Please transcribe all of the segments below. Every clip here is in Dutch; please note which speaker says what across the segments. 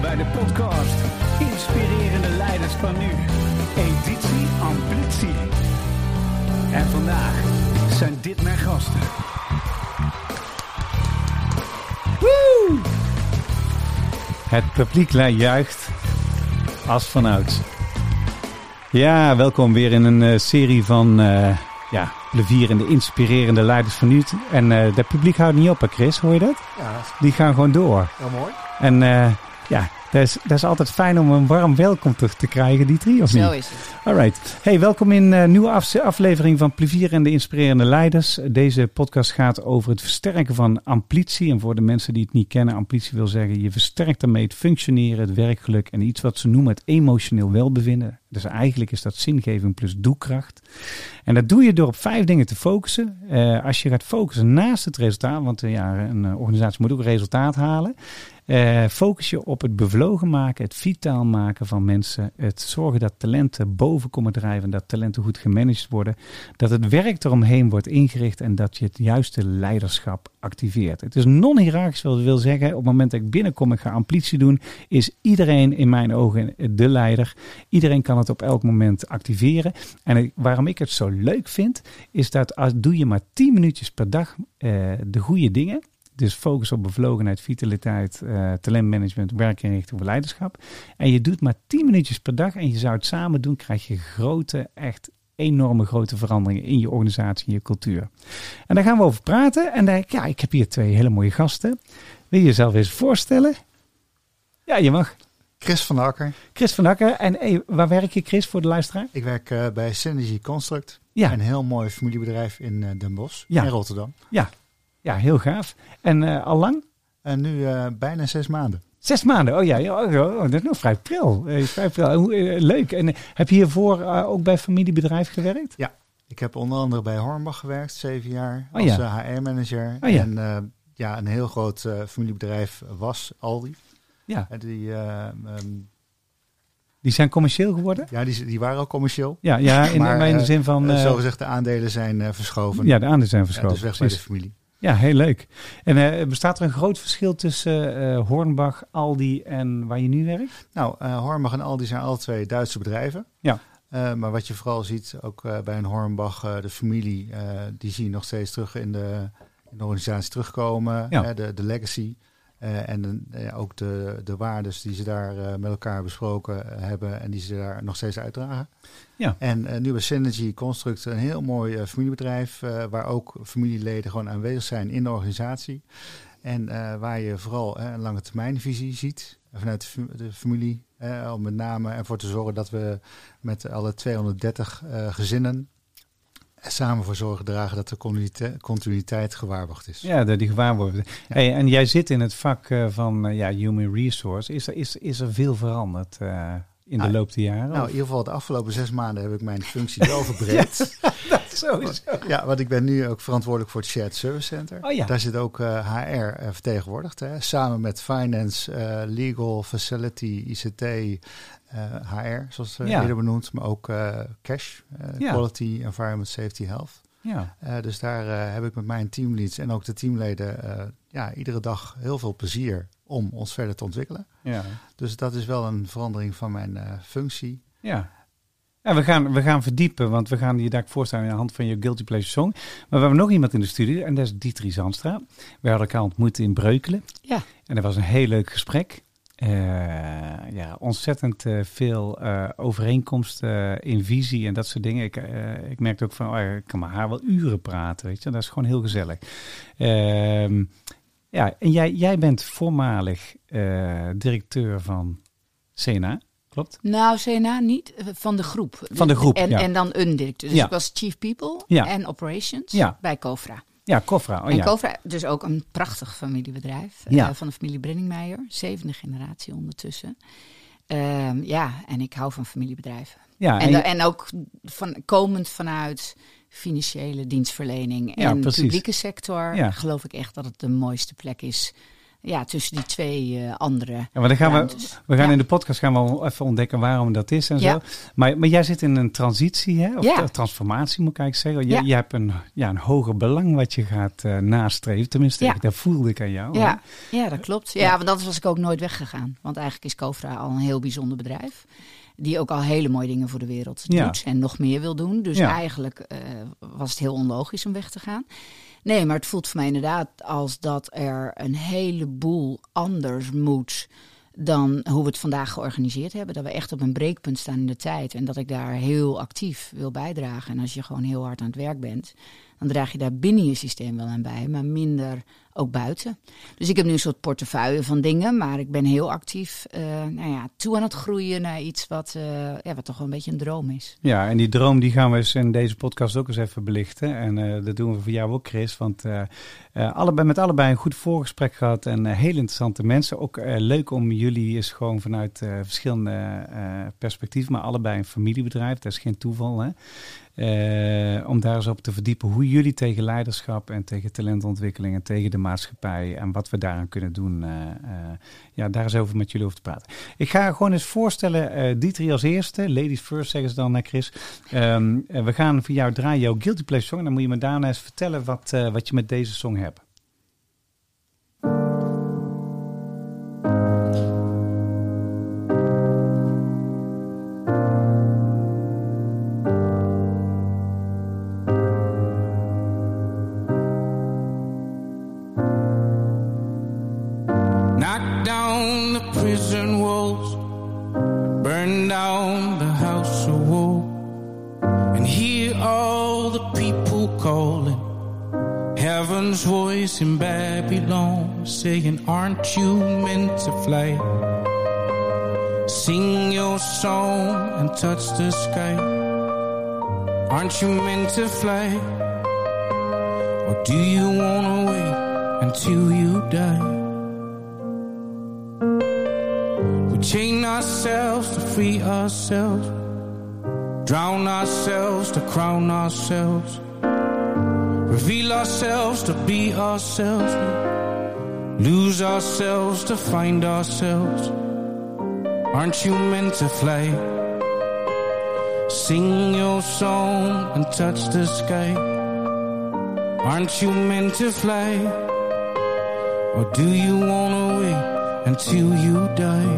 Speaker 1: bij de podcast Inspirerende Leiders van Nu, editie Amplitie. En vandaag zijn dit mijn gasten.
Speaker 2: Woe! Het publiek juicht als vanouds. Ja, welkom weer in een serie van plevierende, inspirerende leiders van nu. En het publiek houdt niet op, hè Chris, hoor je dat?
Speaker 3: Ja.
Speaker 2: Die gaan gewoon door.
Speaker 3: Heel mooi.
Speaker 2: En dat is altijd fijn om een warm welkom te krijgen, die drie, of niet?
Speaker 4: Zo is het.
Speaker 2: Alright. Hey, welkom in een nieuwe aflevering van Plevierende Inspirerende Leiders. Deze podcast gaat over het versterken van amplitie. En voor de mensen die het niet kennen, amplitie wil zeggen, je versterkt daarmee het functioneren, het werkgeluk en iets wat ze noemen het emotioneel welbevinden. Dus eigenlijk is dat zingeving plus doelkracht. En dat doe je door op 5 dingen te focussen. Als je gaat focussen naast het resultaat, want een organisatie moet ook een resultaat halen. Focus je op het bevlogen maken, het vitaal maken van mensen. Het zorgen dat talenten boven komen drijven, dat talenten goed gemanaged worden. Dat het werk eromheen wordt ingericht en dat je het juiste leiderschap activeert. Het is non-hierarchisch, wat wil zeggen. Op het moment dat ik binnenkom en ga amplitie doen, is iedereen in mijn ogen de leider. Iedereen kan het op elk moment activeren. En waarom ik het zo leuk vind, is dat doe je maar 10 minuutjes per dag de goede dingen. Dus focus op bevlogenheid, vitaliteit, talentmanagement, werkinrichting of leiderschap. En je doet maar 10 minuutjes per dag en je zou het samen doen, krijg je enorme grote veranderingen in je organisatie, in je cultuur. En daar gaan we over praten. En ik heb hier 2 hele mooie gasten. Wil je jezelf eens voorstellen? Ja, je mag.
Speaker 3: Chris van der Akker.
Speaker 2: Chris van der Akker. En waar werk je, Chris, voor de luisteraar?
Speaker 3: Ik werk bij Synergy Construct.
Speaker 2: Ja. Een
Speaker 3: heel mooi familiebedrijf in Den Bosch
Speaker 2: en
Speaker 3: Rotterdam.
Speaker 2: Ja, heel gaaf. En al lang?
Speaker 3: En nu bijna 6 maanden.
Speaker 2: 6 maanden? Oh ja, dat is nog vrij pril. Leuk. En heb je hiervoor ook bij familiebedrijf gewerkt?
Speaker 3: Ja, ik heb onder andere bij Hornbach gewerkt, 7 jaar als HR-manager.
Speaker 2: Oh, ja.
Speaker 3: En een heel groot familiebedrijf was Aldi.
Speaker 2: Ja.
Speaker 3: Die
Speaker 2: zijn commercieel geworden?
Speaker 3: Ja, die waren al commercieel.
Speaker 2: Ja, maar in de zin van...
Speaker 3: zogezegd de aandelen zijn verschoven.
Speaker 2: Ja, de aandelen zijn verschoven.
Speaker 3: Dus weg bij de familie.
Speaker 2: Ja, heel leuk. En bestaat er een groot verschil tussen Hornbach, Aldi en waar je nu werkt?
Speaker 3: Nou, Hornbach en Aldi zijn alle 2 Duitse bedrijven.
Speaker 2: Ja.
Speaker 3: Maar wat je vooral ziet, ook bij een Hornbach, de familie, die zie je nog steeds terug in de organisatie terugkomen.
Speaker 2: Ja.
Speaker 3: De legacy. Ook de waardes die ze daar met elkaar besproken hebben en die ze daar nog steeds uitdragen.
Speaker 2: Ja. En
Speaker 3: nu bij Synergy Construct een heel mooi familiebedrijf waar ook familieleden gewoon aanwezig zijn in de organisatie. En waar je vooral een lange termijnvisie ziet vanuit de familie. Om met name ervoor te zorgen dat we met alle 230 gezinnen samen voor zorgen dragen dat de continuïteit gewaarborgd is.
Speaker 2: Ja, die gewaarborgd. Ja. Hey, en jij zit in het vak van Human Resource. Is er veel veranderd in de loop der jaren?
Speaker 3: Nou, in ieder geval de afgelopen 6 maanden heb ik mijn functie wel verbreed.
Speaker 2: Dat sowieso.
Speaker 3: Ja, want ik ben nu ook verantwoordelijk voor het Shared Service Center.
Speaker 2: Oh, ja.
Speaker 3: Daar zit ook HR vertegenwoordigd. Samen met Finance, Legal, Facility, ICT, HR, zoals eerder benoemd. Maar ook Cash, Quality, Environment, Safety, Health.
Speaker 2: Ja.
Speaker 3: Dus daar heb ik met mijn teamleads en ook de teamleden iedere dag heel veel plezier om ons verder te ontwikkelen. Ja. Dus dat is wel een verandering van mijn functie.
Speaker 2: Ja. Ja, we gaan verdiepen, want we gaan je daar voorstellen aan de hand van je Guilty Pleasure Song. Maar we hebben nog iemand in de studio en dat is Dietri Zandstra. We hadden elkaar ontmoet in Breukelen. Ja. En dat was een heel leuk gesprek. Ontzettend veel overeenkomsten in visie en dat soort dingen. Ik merkte ook van, ik kan met haar wel uren praten, weet je. Dat is gewoon heel gezellig. En jij bent voormalig directeur van CNA, klopt?
Speaker 4: Nou, CNA niet, van de groep.
Speaker 2: Van de groep,
Speaker 4: En dan een directeur. Dus ik was Chief People en Operations bij Cofra.
Speaker 2: Ja, Cofra.
Speaker 4: Cofra, dus ook een prachtig familiebedrijf van de familie Brenningmeijer. 7e generatie ondertussen. En ik hou van familiebedrijven. Ja, en ook komend vanuit financiële dienstverlening en de publieke sector, geloof ik echt dat het de mooiste plek is tussen die twee andere.
Speaker 2: Ja, maar dan gaan we gaan in de podcast wel even ontdekken waarom dat is en zo. Maar jij zit in een transitie, hè? Of transformatie moet ik eigenlijk zeggen. Je hebt een hoger belang wat je gaat nastreven. Tenminste, dat voelde ik aan jou.
Speaker 4: Ja, dat klopt. Ja, want dat was ik ook nooit weggegaan. Want eigenlijk is Cofra al een heel bijzonder bedrijf. Die ook al hele mooie dingen voor de wereld doet en nog meer wil doen. Dus eigenlijk was het heel onlogisch om weg te gaan. Nee, maar het voelt voor mij inderdaad als dat er een heleboel anders moet dan hoe we het vandaag georganiseerd hebben. Dat we echt op een breekpunt staan in de tijd en dat ik daar heel actief wil bijdragen. En als je gewoon heel hard aan het werk bent, dan draag je daar binnen je systeem wel aan bij, maar minder ook buiten. Dus ik heb nu een soort portefeuille van dingen, maar ik ben heel actief toe aan het groeien naar iets wat toch wel een beetje een droom is.
Speaker 2: Ja, en die droom die gaan we eens in deze podcast ook eens even belichten. En dat doen we voor jou ook, Chris, want met allebei een goed voorgesprek gehad en heel interessante mensen. Ook leuk om jullie eens gewoon vanuit verschillende perspectieven, maar allebei een familiebedrijf, dat is geen toeval, hè? Om daar eens op te verdiepen hoe jullie tegen leiderschap en tegen talentontwikkeling en tegen de maatschappij en wat we daaraan kunnen doen. Daar eens over met jullie over te praten. Ik ga gewoon eens voorstellen, Dietri als eerste. Ladies first zeggen ze dan, Chris. We gaan voor jou draaien jouw Guilty Pleasure song. Dan moet je me daarna eens vertellen wat je met deze song hebt.
Speaker 5: Voice in Babylon saying, aren't you meant to fly? Sing your song and touch the sky. Aren't you meant to fly? Or do you wanna wait until you die? We chain ourselves to free ourselves, drown ourselves to crown ourselves, reveal ourselves to be ourselves, lose ourselves to find ourselves. Aren't you meant to fly? Sing your song and touch the sky. Aren't you meant to fly? Or do you wanna wait until you die?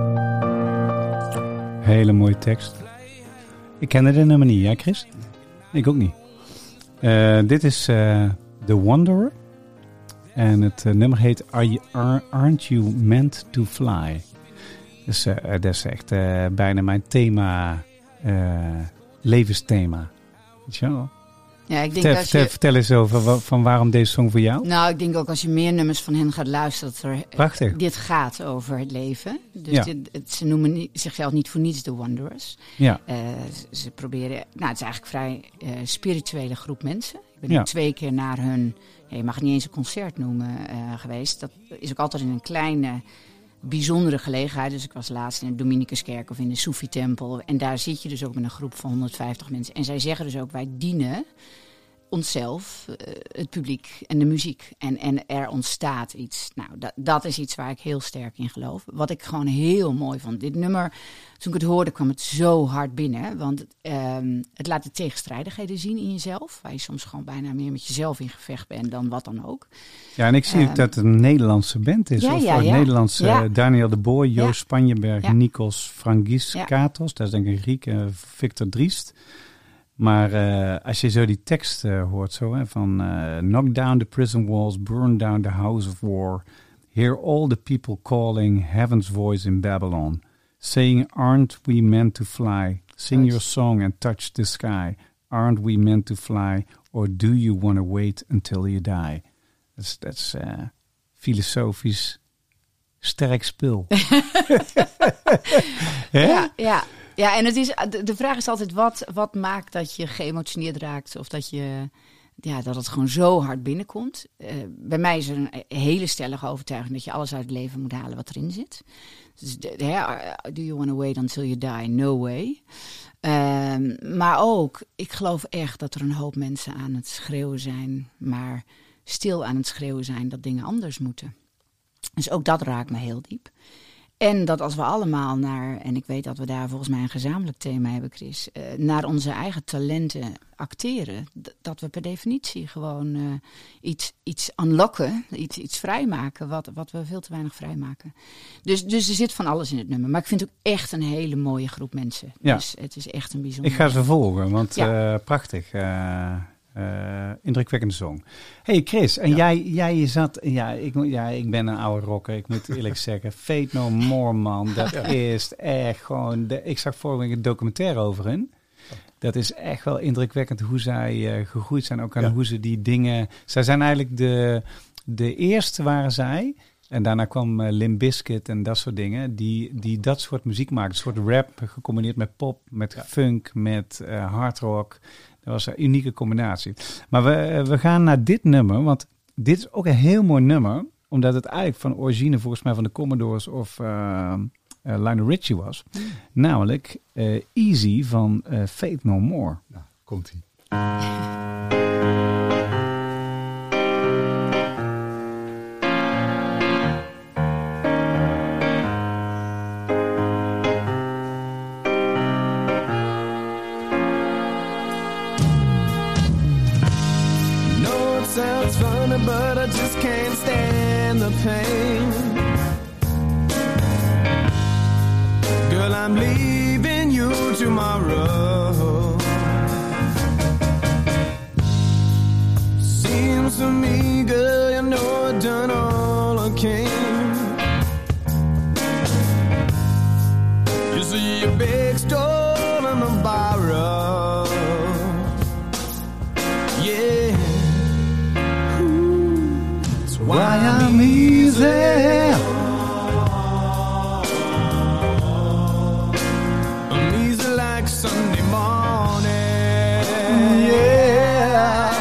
Speaker 2: Hele mooie tekst. Ik kende de nummer niet, ja Chris? Ik ook niet. Dit is The Wanderer. En het nummer heet Aren't You Meant to Fly? Dus dat is echt bijna mijn thema, levensthema. Weet je wel?
Speaker 4: Ja, ik denk
Speaker 2: vertel eens over van waarom deze song voor jou?
Speaker 4: Nou, ik denk ook als je meer nummers van hen gaat luisteren,
Speaker 2: Prachtig.
Speaker 4: Dit gaat over het leven. Dus ze noemen zichzelf niet voor niets de Wanderers.
Speaker 2: Ja.
Speaker 4: Ze proberen, het is eigenlijk vrij spirituele groep mensen. Ik ben nu 2 keer naar hun, je mag het niet eens een concert noemen, geweest. Dat is ook altijd in een kleine, bijzondere gelegenheid. Dus ik was laatst in de Dominicuskerk of in de Soefi-tempel. En daar zit je dus ook met een groep van 150 mensen. En zij zeggen dus ook, wij dienen onszelf, het publiek en de muziek. En er ontstaat iets. Nou, dat is iets waar ik heel sterk in geloof. Wat ik gewoon heel mooi vond. Dit nummer, toen ik het hoorde, kwam het zo hard binnen. Want het laat de tegenstrijdigheden zien in jezelf. Waar je soms gewoon bijna meer met jezelf in gevecht bent dan wat dan ook.
Speaker 2: Ja, en ik zie ook dat het een Nederlandse band is. Nederlandse Daniel de Boer, Joost Spanjenberg, Nikos Frangiskatos. Dat is denk ik een Griek. Victor Driest. Maar als je zo die tekst hoort van knock down the prison walls, burn down the house of war, hear all the people calling heaven's voice in Babylon, saying aren't we meant to fly, sing your song and touch the sky, aren't we meant to fly, or do you want to wait until you die? Dat is filosofisch sterk spul.
Speaker 4: Ja, en de vraag is altijd wat maakt dat je geëmotioneerd raakt of dat dat het gewoon zo hard binnenkomt. Bij mij is er een hele stellige overtuiging dat je alles uit het leven moet halen wat erin zit. Dus do you want to wait until you die? No way. Maar ook, ik geloof echt dat er een hoop mensen aan het schreeuwen zijn, maar stil aan het schreeuwen zijn dat dingen anders moeten. Dus ook dat raakt me heel diep. En dat als we allemaal en ik weet dat we daar volgens mij een gezamenlijk thema hebben, Chris, naar onze eigen talenten acteren, dat we per definitie gewoon iets unlocken, iets vrijmaken, wat we veel te weinig vrijmaken. Dus er zit van alles in het nummer. Maar ik vind het ook echt een hele mooie groep mensen. Ja. Dus het is echt een bijzonder.
Speaker 2: Ik ga ze volgen, want prachtig. Indrukwekkende song. Hey Chris, en jij zat... ik ben een oude rocker, ik moet eerlijk zeggen. Fate No More, man. Dat is echt gewoon... ik zag vorige week een documentaire over hen. Dat is echt wel indrukwekkend hoe zij gegroeid zijn. Ook aan hoe ze die dingen... Zij zijn eigenlijk de eerste waren zij... En daarna kwam Limp Bizkit en dat soort dingen. Die dat soort muziek maken. Een soort rap gecombineerd met pop, met funk, met hard rock. Dat was een unieke combinatie. Maar we gaan naar dit nummer. Want dit is ook een heel mooi nummer. Omdat het eigenlijk van origine volgens mij van de Commodores of Lionel Richie was. Namelijk Easy van Fate No More.
Speaker 3: Nou, komt-ie.
Speaker 5: But I just can't stand the pain. Girl, I'm leaving you tomorrow. Seems to me, girl, you know I've done all I can. You see your big store on the borrow. Yeah. Why I'm easy. I'm easy like Sunday morning. Yeah,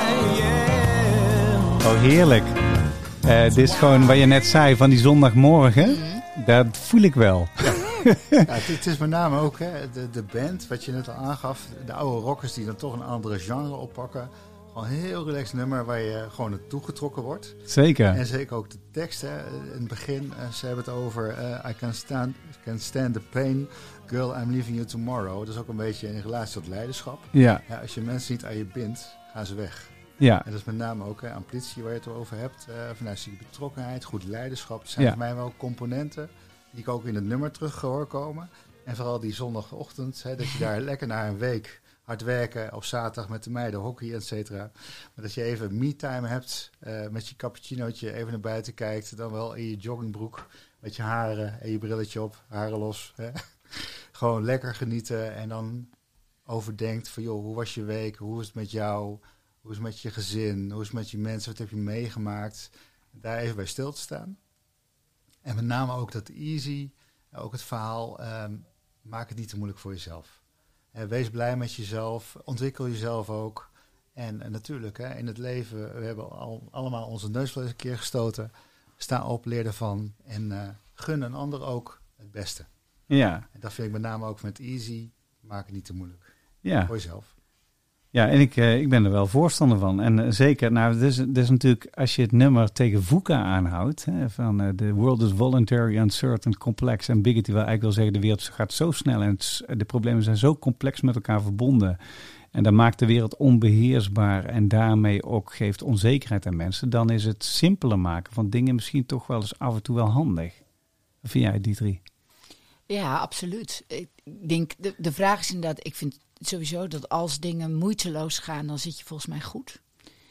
Speaker 5: yeah.
Speaker 2: Oh, heerlijk. Dit is gewoon wat je net zei van die zondagmorgen. Dat voel ik wel.
Speaker 3: Het is met name ook de band, wat je net al aangaf. De oude rockers die dan toch een andere genre oppakken. Gewoon een heel relaxed nummer waar je gewoon naartoe getrokken wordt.
Speaker 2: Zeker.
Speaker 3: En zeker ook de tekst. Hè. In het begin, ze hebben het over I can stand the pain. Girl, I'm leaving you tomorrow. Dat is ook een beetje in relatie tot leiderschap.
Speaker 2: Ja.
Speaker 3: Als je mensen niet aan je bindt, gaan ze weg.
Speaker 2: Ja.
Speaker 3: En dat is met name ook ambitie waar je het over hebt. Vanuit je betrokkenheid, goed leiderschap. Dat zijn voor mij wel componenten die ik ook in het nummer terug hoor komen. En vooral die zondagochtend, dat je daar lekker na een week hard werken op zaterdag met de meiden, hockey, et cetera. Maar dat je even me-time hebt, met je cappuccinootje even naar buiten kijkt, dan wel in je joggingbroek, met je haren en je brilletje op, haren los. Hè. Gewoon lekker genieten en dan overdenkt van, joh, hoe was je week? Hoe is het met jou? Hoe is het met je gezin? Hoe is het met je mensen? Wat heb je meegemaakt? Daar even bij stil te staan. En met name ook dat easy, ook het verhaal, maak het niet te moeilijk voor jezelf. Wees blij met jezelf, ontwikkel jezelf ook. En natuurlijk, in het leven, we hebben allemaal onze neus wel eens een keer gestoten. Sta op, leer ervan en gun een ander ook het beste.
Speaker 2: Ja.
Speaker 3: En dat vind ik met name ook met easy, maak het niet te moeilijk.
Speaker 2: Ja.
Speaker 3: Voor jezelf.
Speaker 2: Ja, en ik ben er wel voorstander van. En zeker, nou, dit is natuurlijk, als je het nummer tegen VUCA aanhoudt, van the world is voluntary, uncertain, complex en bigoted, wil eigenlijk wel zeggen, de wereld gaat zo snel en de problemen zijn zo complex met elkaar verbonden. En dat maakt de wereld onbeheersbaar en daarmee ook geeft onzekerheid aan mensen. Dan is het simpeler maken van dingen misschien toch wel eens af en toe wel handig. Wat vind jij, Dietri?
Speaker 4: Ja, absoluut. Ik denk, de vraag is inderdaad, ik vind sowieso dat als dingen moeiteloos gaan, dan zit je volgens mij goed.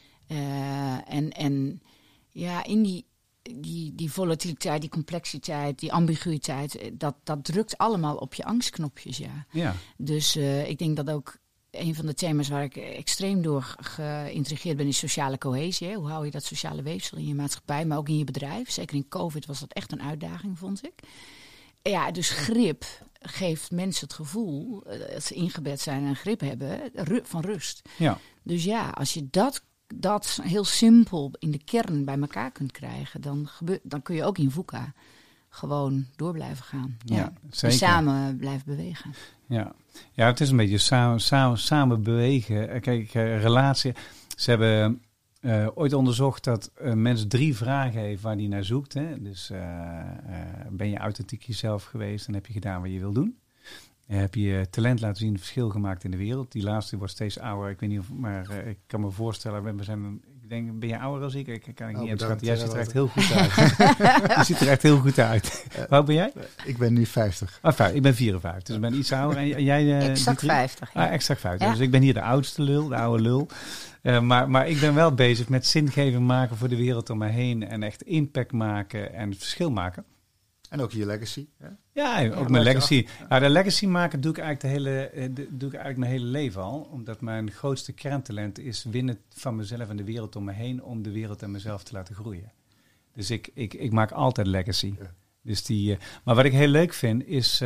Speaker 4: En ja, in die volatiliteit, die complexiteit, die ambiguïteit, dat drukt allemaal op je angstknopjes, ja. Dus ik denk dat ook een van de thema's waar ik extreem door geïntrigeerd ben is sociale cohesie. Hè? Hoe hou je dat sociale weefsel in je maatschappij, maar ook in je bedrijf. Zeker in COVID was dat echt een uitdaging, vond ik. Ja, dus grip geeft mensen het gevoel dat ze ingebed zijn en grip hebben van rust. Ja. Dus ja, als je dat heel simpel in de kern bij elkaar kunt krijgen, dan kun je ook in VUCA gewoon door blijven gaan. Ja, zeker. En samen blijven bewegen.
Speaker 2: Ja, het is een beetje samen bewegen. Kijk, relatie. Ze hebben ooit onderzocht dat een mens 3 vragen heeft waar hij naar zoekt. Hè? Dus ben je authentiek jezelf geweest en heb je gedaan wat je wil doen? Heb je je talent laten zien, verschil gemaakt in de wereld? Die laatste wordt steeds ouder. Ik weet niet of, maar ik kan me voorstellen, ik denk, ben je ouder dan ik? Ik kan niet inschatten. Jij ziet er echt heel goed uit. Je ziet er echt heel goed uit. Hoe oud ben jij?
Speaker 3: Ik ben nu 50.
Speaker 2: Ik ben 54, dus ik ben iets ouder. En jij?
Speaker 4: Exact 50.
Speaker 2: Ja. Exact 50. Ja. Dus ik ben hier de oudste lul, de oude lul. Maar ik ben wel bezig met zingeving maken voor de wereld om me heen. En echt impact maken en verschil maken.
Speaker 3: En ook je legacy. Hè?
Speaker 2: Ja, ook mijn legacy. Nou, de legacy maken doe ik eigenlijk mijn hele leven al. Omdat mijn grootste kerntalent is winnen van mezelf en de wereld om me heen. Om de wereld en mezelf te laten groeien. Dus ik maak altijd legacy. Ja. Dus maar wat ik heel leuk vind is...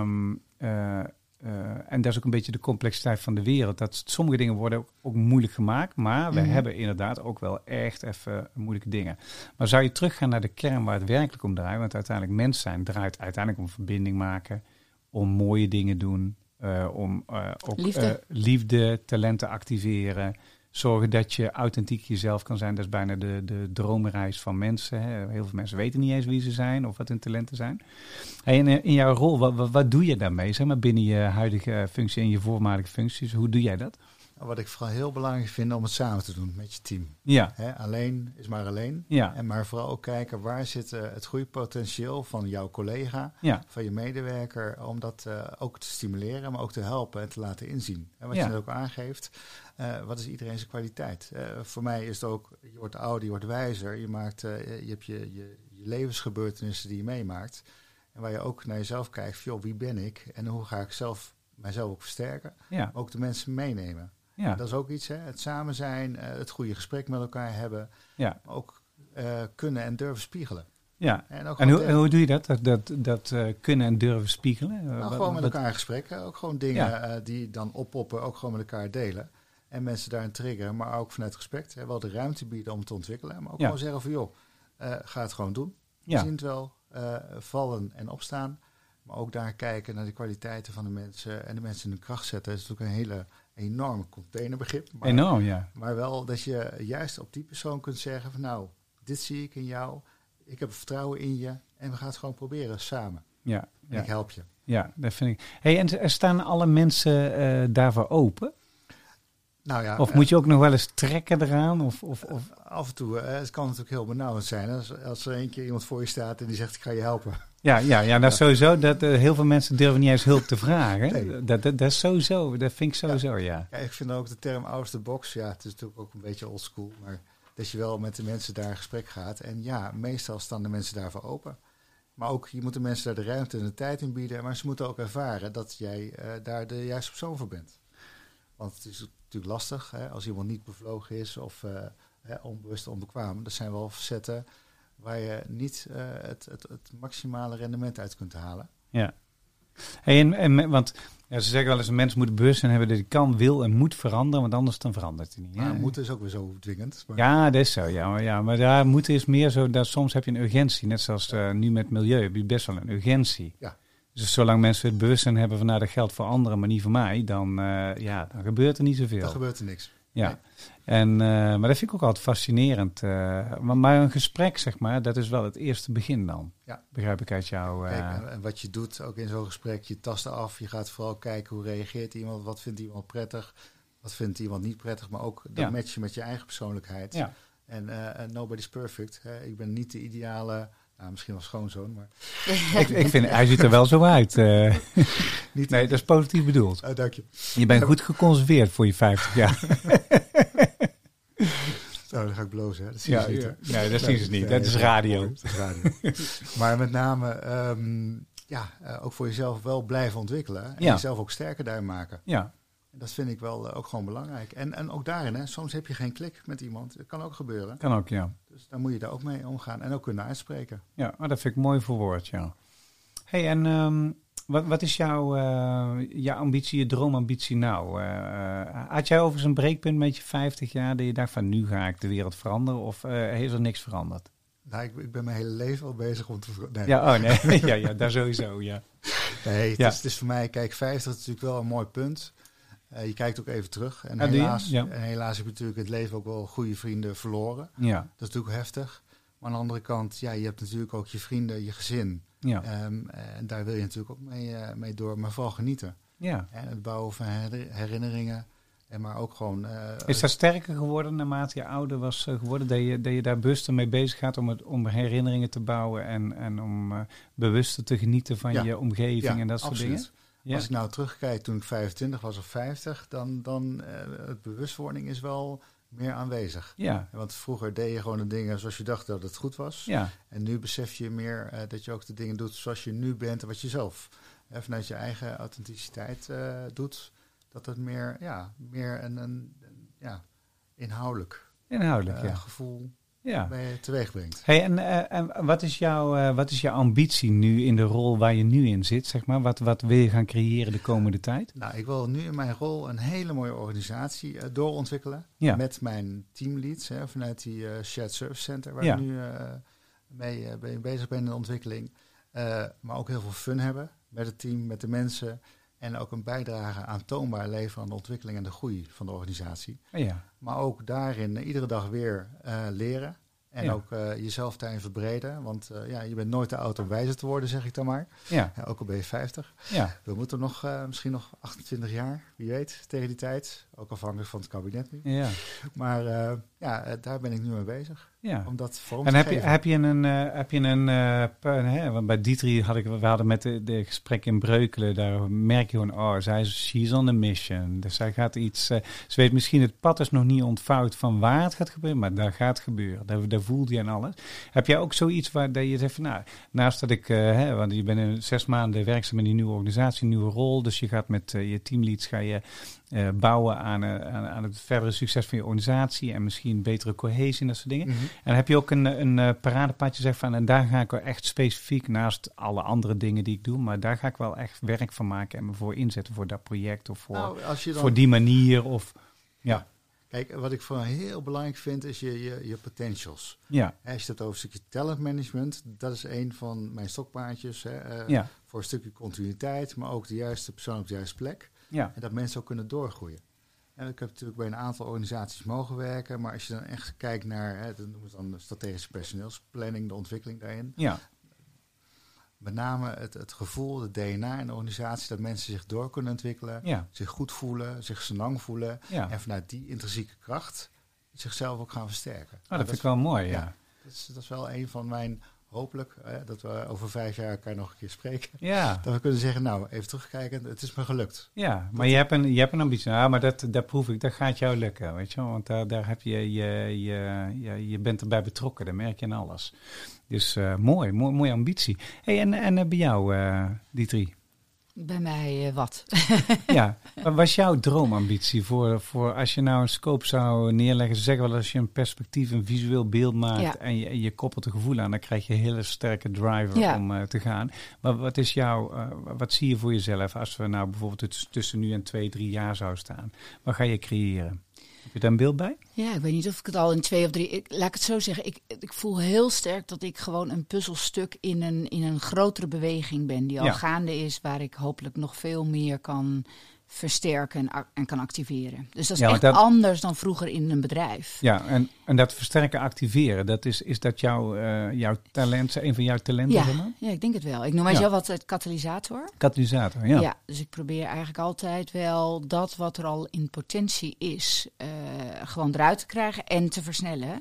Speaker 2: en dat is ook een beetje de complexiteit van de wereld. Dat sommige dingen worden ook moeilijk gemaakt. Maar we hebben inderdaad ook wel echt even moeilijke dingen. Maar zou je teruggaan naar de kern waar het werkelijk om draait? Want uiteindelijk mens zijn draait uiteindelijk om verbinding maken. Om mooie dingen doen. Om ook liefde, talenten activeren. Zorgen dat je authentiek jezelf kan zijn. Dat is bijna de droomreis van mensen. Hè. Heel veel mensen weten niet eens wie ze zijn of wat hun talenten zijn. Hey, in jouw rol, wat doe je daarmee? Zeg maar binnen je huidige functie en je voormalige functies. Hoe doe jij dat?
Speaker 3: Wat ik vooral heel belangrijk vind om het samen te doen met je team.
Speaker 2: Ja.
Speaker 3: Alleen is maar alleen.
Speaker 2: Ja.
Speaker 3: Maar vooral ook kijken waar zit het groeipotentieel van jouw collega, van je medewerker. Om dat ook te stimuleren, maar ook te helpen en te laten inzien. En wat je net ook aangeeft. Wat is iedereen zijn kwaliteit? Voor mij is het ook, je wordt ouder, je wordt wijzer. Je hebt je levensgebeurtenissen die je meemaakt. En waar je ook naar jezelf kijkt, joh, wie ben ik? En hoe ga ik mijzelf ook versterken? Ja. Maar ook de mensen meenemen. Ja. Dat is ook iets, hè? Het samen zijn, het goede gesprek met elkaar hebben. Ja. Maar ook kunnen en durven spiegelen.
Speaker 2: Ja. En hoe doe je dat kunnen en durven spiegelen?
Speaker 3: Gewoon met elkaar in gesprek. Ook gewoon dingen die dan oppoppen, ook gewoon met elkaar delen. En mensen daarin triggeren, maar ook vanuit respect. Hè, wel de ruimte bieden om te ontwikkelen. Maar ook gewoon zeggen van, joh, ga het gewoon doen. We zien het wel, vallen en opstaan. Maar ook daar kijken naar de kwaliteiten van de mensen. En de mensen in hun kracht zetten. Dat is natuurlijk een hele enorme containerbegrip. Maar,
Speaker 2: enorm, ja.
Speaker 3: Maar wel dat je juist op die persoon kunt zeggen van, nou, dit zie ik in jou. Ik heb vertrouwen in je. En we gaan het gewoon proberen samen. Ja. En ik help je.
Speaker 2: Ja, dat vind ik. Hey, en staan alle mensen daarvoor open?
Speaker 3: Nou ja,
Speaker 2: of moet je ook nog wel eens trekken eraan? Of?
Speaker 3: Af en toe. Het kan natuurlijk heel benauwd zijn. Als er een keer iemand voor je staat en die zegt, ik ga je helpen.
Speaker 2: Ja, dat is sowieso. Dat heel veel mensen durven niet eens hulp te vragen. Nee. Dat is sowieso. Dat vind ik sowieso, ja.
Speaker 3: Ik vind ook de term out of the box. Ja, het is natuurlijk ook een beetje oldschool. Maar dat je wel met de mensen daar in gesprek gaat. En ja, meestal staan de mensen daarvoor open. Maar ook, je moet de mensen daar de ruimte en de tijd in bieden. Maar ze moeten ook ervaren dat jij daar de juiste persoon voor bent. Want het is natuurlijk lastig, hè, als iemand niet bevlogen is of onbewust onbekwaam. Dat zijn wel facetten waar je niet het maximale rendement uit kunt halen.
Speaker 2: Ja. Hey, want ze zeggen wel eens, een mens moet bewust zijn hebben dat hij kan, wil en moet veranderen, want anders dan verandert hij niet.
Speaker 3: Maar moeten is ook weer zo dwingend. Maar...
Speaker 2: Ja, dat is zo. Maar daar moeten is meer zo, dat soms heb je een urgentie. Net zoals nu met milieu heb je best wel een urgentie. Ja. Dus zolang mensen het bewustzijn hebben van, nou, dat geldt voor anderen, maar niet voor mij, dan gebeurt er niet zoveel.
Speaker 3: Dan gebeurt er niks.
Speaker 2: Ja. Nee. Maar dat vind ik ook altijd fascinerend. Maar een gesprek, zeg maar, dat is wel het eerste begin dan. Ja. Begrijp ik uit jou.
Speaker 3: Kijk, en wat je doet ook in zo'n gesprek, je tast af. Je gaat vooral kijken hoe reageert iemand. Wat vindt iemand prettig? Wat vindt iemand niet prettig? Maar ook dat matchen met je eigen persoonlijkheid. Ja. En nobody's perfect. Ik ben niet de ideale... Nou, misschien wel schoonzoon, maar...
Speaker 2: ik vind, hij ziet er wel zo uit. Nee, dat is positief bedoeld.
Speaker 3: Oh, dank je.
Speaker 2: Je bent goed geconserveerd voor je 50 jaar.
Speaker 3: Zo, dan ga ik blozen, hè. Dat zien ze niet.
Speaker 2: Nee, dat zien ze niet. Dat is radio.
Speaker 3: Dat is radio. Maar met name, ook voor jezelf wel blijven ontwikkelen. En jezelf ook sterker daarin maken. Ja. En dat vind ik wel ook gewoon belangrijk. En ook daarin, hè, soms heb je geen klik met iemand. Dat kan ook gebeuren.
Speaker 2: Kan ook, ja.
Speaker 3: Dus dan moet je daar ook mee omgaan en ook kunnen uitspreken.
Speaker 2: Ja, maar dat vind ik mooi verwoord, ja. Hey, en wat is jouw ambitie, je droomambitie nou? Had jij overigens een breekpunt met je 50 jaar dat je dacht van, nu ga ik de wereld veranderen? Of heeft er niks veranderd?
Speaker 3: Nou, ik ben mijn hele leven al bezig om te veranderen.
Speaker 2: Nee. Ja, daar sowieso, ja.
Speaker 3: Nee, het is voor mij, kijk, 50 is natuurlijk wel een mooi punt. Je kijkt ook even terug. En helaas heb je natuurlijk het leven ook wel goede vrienden verloren.
Speaker 2: Ja.
Speaker 3: Dat is natuurlijk heftig. Maar aan de andere kant, je hebt natuurlijk ook je vrienden, je gezin.
Speaker 2: Ja.
Speaker 3: En daar wil je natuurlijk ook mee door, maar vooral genieten.
Speaker 2: Ja.
Speaker 3: En het bouwen van herinneringen. Maar ook gewoon...
Speaker 2: is dat sterker geworden naarmate je ouder was geworden? Dat je daar bewuster mee bezig gaat om herinneringen te bouwen en om bewuster te genieten van je omgeving en dat soort
Speaker 3: absoluut.
Speaker 2: dingen? Ja.
Speaker 3: Als ik nou terugkijk toen ik 25 was of 50, dan het bewustwording is wel meer aanwezig.
Speaker 2: Ja.
Speaker 3: Want vroeger deed je gewoon de dingen zoals je dacht dat het goed was.
Speaker 2: Ja.
Speaker 3: En nu besef je meer dat je ook de dingen doet zoals je nu bent en wat je zelf vanuit je eigen authenticiteit doet. Dat het meer een inhoudelijk gevoel bij je teweeg brengt.
Speaker 2: Hey, en wat is jouw ambitie nu in de rol waar je nu in zit? Zeg maar? Wat wil je gaan creëren de komende tijd?
Speaker 3: Nou, ik wil nu in mijn rol een hele mooie organisatie doorontwikkelen.
Speaker 2: Ja.
Speaker 3: Met mijn teamleads vanuit die Shared Service Center waar ik nu mee bezig ben in de ontwikkeling. Maar ook heel veel fun hebben met het team, met de mensen. En ook een bijdrage aantoonbaar leveren aan de ontwikkeling en de groei van de organisatie.
Speaker 2: Ja.
Speaker 3: Maar ook daarin iedere dag weer leren. En ook jezelf daarin verbreden. Want je bent nooit te oud om wijzer te worden, zeg ik dan maar.
Speaker 2: Ja.
Speaker 3: Ook al ben je 50.
Speaker 2: Ja.
Speaker 3: We moeten misschien nog 28 jaar, wie weet, tegen die tijd. Ook afhankelijk van het kabinet nu.
Speaker 2: Ja.
Speaker 3: Maar daar ben ik nu mee bezig.
Speaker 2: Ja.
Speaker 3: Om dat vorm
Speaker 2: en
Speaker 3: te geven.
Speaker 2: heb je een want bij Dietri we hadden met de gesprek in Breukelen, daar merk je gewoon, she's on a mission. Dus zij gaat iets, ze weet misschien het pad is nog niet ontvouwd van waar het gaat gebeuren, maar daar gaat gebeuren. Daar voelt je en alles. Heb jij ook zoiets waar dat je zegt van, nou, naast dat ik, want je bent in 6 maanden werkzaam in die nieuwe organisatie, een nieuwe rol, dus je gaat met je teamleads bouwen aan het verdere succes van je organisatie en misschien betere cohesie en dat soort dingen.
Speaker 3: Mm-hmm.
Speaker 2: En heb je ook een paradepadje zeg van, en daar ga ik wel echt specifiek naast alle andere dingen die ik doe, maar daar ga ik wel echt werk van maken en me voor inzetten voor dat project of voor die manier of ja.
Speaker 3: Kijk, wat ik vooral heel belangrijk vind is je potentials.
Speaker 2: Ja.
Speaker 3: Als je het over een stukje talentmanagement, dat is een van mijn stokpaardjes voor een stukje continuïteit, maar ook de juiste persoon op de juiste plek.
Speaker 2: Ja.
Speaker 3: En dat mensen ook kunnen doorgroeien. En ik heb natuurlijk bij een aantal organisaties mogen werken, maar als je dan echt kijkt naar, dat noemen we dan de strategische personeelsplanning, de ontwikkeling daarin.
Speaker 2: Ja.
Speaker 3: Met name het gevoel, de DNA in de organisatie, dat mensen zich door kunnen ontwikkelen, zich goed voelen, zich senang voelen en vanuit die intrinsieke kracht zichzelf ook gaan versterken.
Speaker 2: Dat vind ik wel mooi, ja.
Speaker 3: Dat is wel een van mijn... Hopelijk dat we over 5 jaar elkaar nog een keer spreken.
Speaker 2: Ja. Dat
Speaker 3: we kunnen zeggen, nou, even terugkijken, het is me gelukt.
Speaker 2: Ja, maar je hebt een ambitie. Nou, maar dat proef ik, dat gaat jou lukken, weet je wel. Want daar heb je bent erbij betrokken, daar merk je in alles. Dus mooie ambitie. Hey, en bij jou, Dietri?
Speaker 4: Bij mij wat?
Speaker 2: Ja, wat was jouw droomambitie voor als je nou een scope zou neerleggen? Ze zeggen wel als je een perspectief, een visueel beeld maakt en je koppelt een gevoel aan, dan krijg je een hele sterke driver om te gaan. Maar wat is wat zie je voor jezelf als we nou bijvoorbeeld tussen nu en 2-3 jaar zou staan? Wat ga je creëren? Heb je daar een beeld bij?
Speaker 4: Ja, ik weet niet of ik het al in 2 of 3... laat ik het zo zeggen. Ik voel heel sterk dat ik gewoon een puzzelstuk in een grotere beweging ben. Die al gaande is, waar ik hopelijk nog veel meer kan versterken en kan activeren. Dus dat is echt anders dan vroeger in een bedrijf.
Speaker 2: Ja, en dat versterken, activeren, is dat jouw talent, een van jouw talenten?
Speaker 4: Ja, ik denk het wel. Ik noem mijzelf altijd katalysator.
Speaker 2: Katalysator, ja.
Speaker 4: Ja, dus ik probeer eigenlijk altijd wel dat wat er al in potentie is, gewoon eruit te krijgen en te versnellen.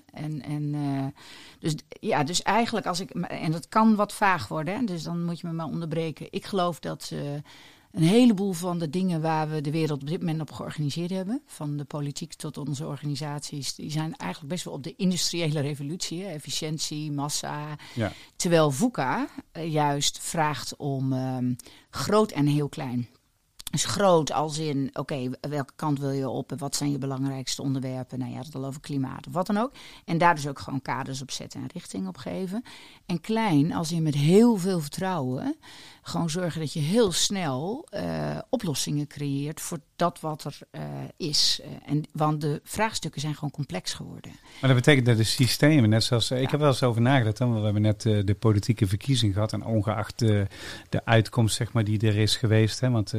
Speaker 4: Dus eigenlijk als ik, en dat kan wat vaag worden, hè, dus dan moet je me maar onderbreken. Ik geloof dat een heleboel van de dingen waar we de wereld op dit moment op georganiseerd hebben, van de politiek tot onze organisaties, die zijn eigenlijk best wel op de industriële revolutie, efficiëntie, massa. Ja. Terwijl VUCA juist vraagt om groot en heel klein. Dus groot als in, welke kant wil je op en wat zijn je belangrijkste onderwerpen? Nou ja, dat al over klimaat of wat dan ook. En daar dus ook gewoon kaders op zetten en richting op geven. En klein als in met heel veel vertrouwen gewoon zorgen dat je heel snel oplossingen creëert voor dat wat er is. Want de vraagstukken zijn gewoon complex geworden.
Speaker 2: Maar dat betekent dat de systemen, net zoals... Ik heb wel eens over nagedacht, we hebben net de politieke verkiezing gehad. En ongeacht de uitkomst zeg maar, die er is geweest, want de democratie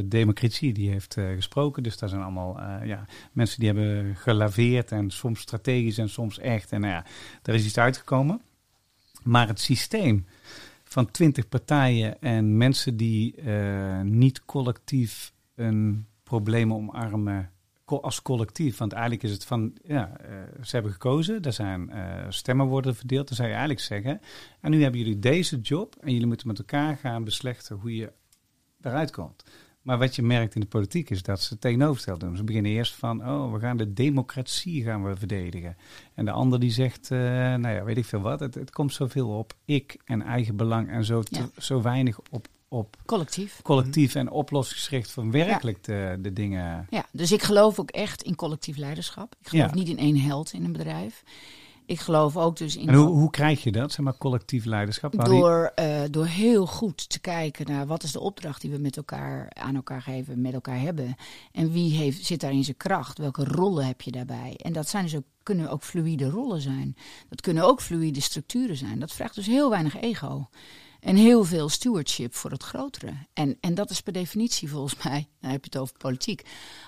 Speaker 2: Ritchie, die heeft gesproken. Dus daar zijn allemaal mensen die hebben gelaveerd. En soms strategisch en soms echt. En daar is iets uitgekomen. Maar het systeem van 20 partijen en mensen die niet collectief een probleem omarmen als collectief. Want eigenlijk is het van, ze hebben gekozen, er zijn stemmen worden verdeeld. Dan zou je eigenlijk zeggen, en nu hebben jullie deze job en jullie moeten met elkaar gaan beslechten hoe je eruit komt. Maar wat je merkt in de politiek is dat ze het tegenovergesteld doen. Ze beginnen eerst van, we gaan de democratie verdedigen. En de ander die zegt, weet ik veel wat. Het komt zoveel op ik en eigen belang en zo weinig op collectief en oplossingsgericht van werkelijk de dingen. Ja,
Speaker 4: dus ik geloof ook echt in collectief leiderschap. Ik geloof niet in één held in een bedrijf. Ik geloof ook dus in...
Speaker 2: En hoe krijg je dat, zeg maar, collectief leiderschap?
Speaker 4: Door heel goed te kijken naar wat is de opdracht die we met elkaar aan elkaar geven, met elkaar hebben. En wie zit daar in zijn kracht? Welke rollen heb je daarbij? En dat zijn dus kunnen ook fluïde rollen zijn. Dat kunnen ook fluïde structuren zijn. Dat vraagt dus heel weinig ego. En heel veel stewardship voor het grotere. En dat is per definitie volgens mij, dan heb je het over politiek.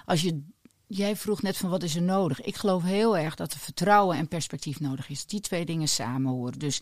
Speaker 4: Jij vroeg net van wat is er nodig? Ik geloof heel erg dat er vertrouwen en perspectief nodig is. Die twee dingen samen horen. Dus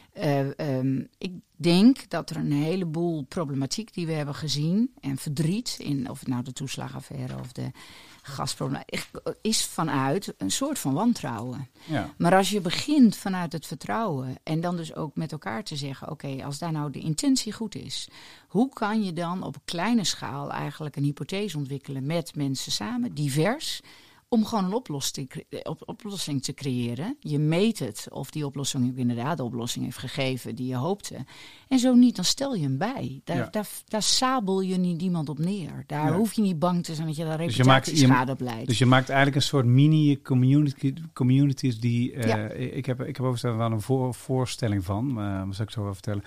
Speaker 4: ik denk dat er een heleboel problematiek die we hebben gezien en verdriet, of het nou de toeslagaffaire of de gasproblematiek, is vanuit een soort van wantrouwen. Ja. Maar als je begint vanuit het vertrouwen en dan dus ook met elkaar te zeggen, oké, als daar nou de intentie goed is, hoe kan je dan op een kleine schaal eigenlijk een hypothese ontwikkelen met mensen samen, divers, om gewoon een oplossing te creëren. Je meet het of die oplossing ook inderdaad de oplossing heeft gegeven die je hoopte. En zo niet, dan stel je hem bij. Daar sabel je niemand op neer. Daar hoef je niet bang te zijn dat je daar reputatieschade op leidt. Dus
Speaker 2: je maakt eigenlijk een soort mini-communities die... Ik heb overigens wel een voorstelling van, dat zal ik zo wel vertellen.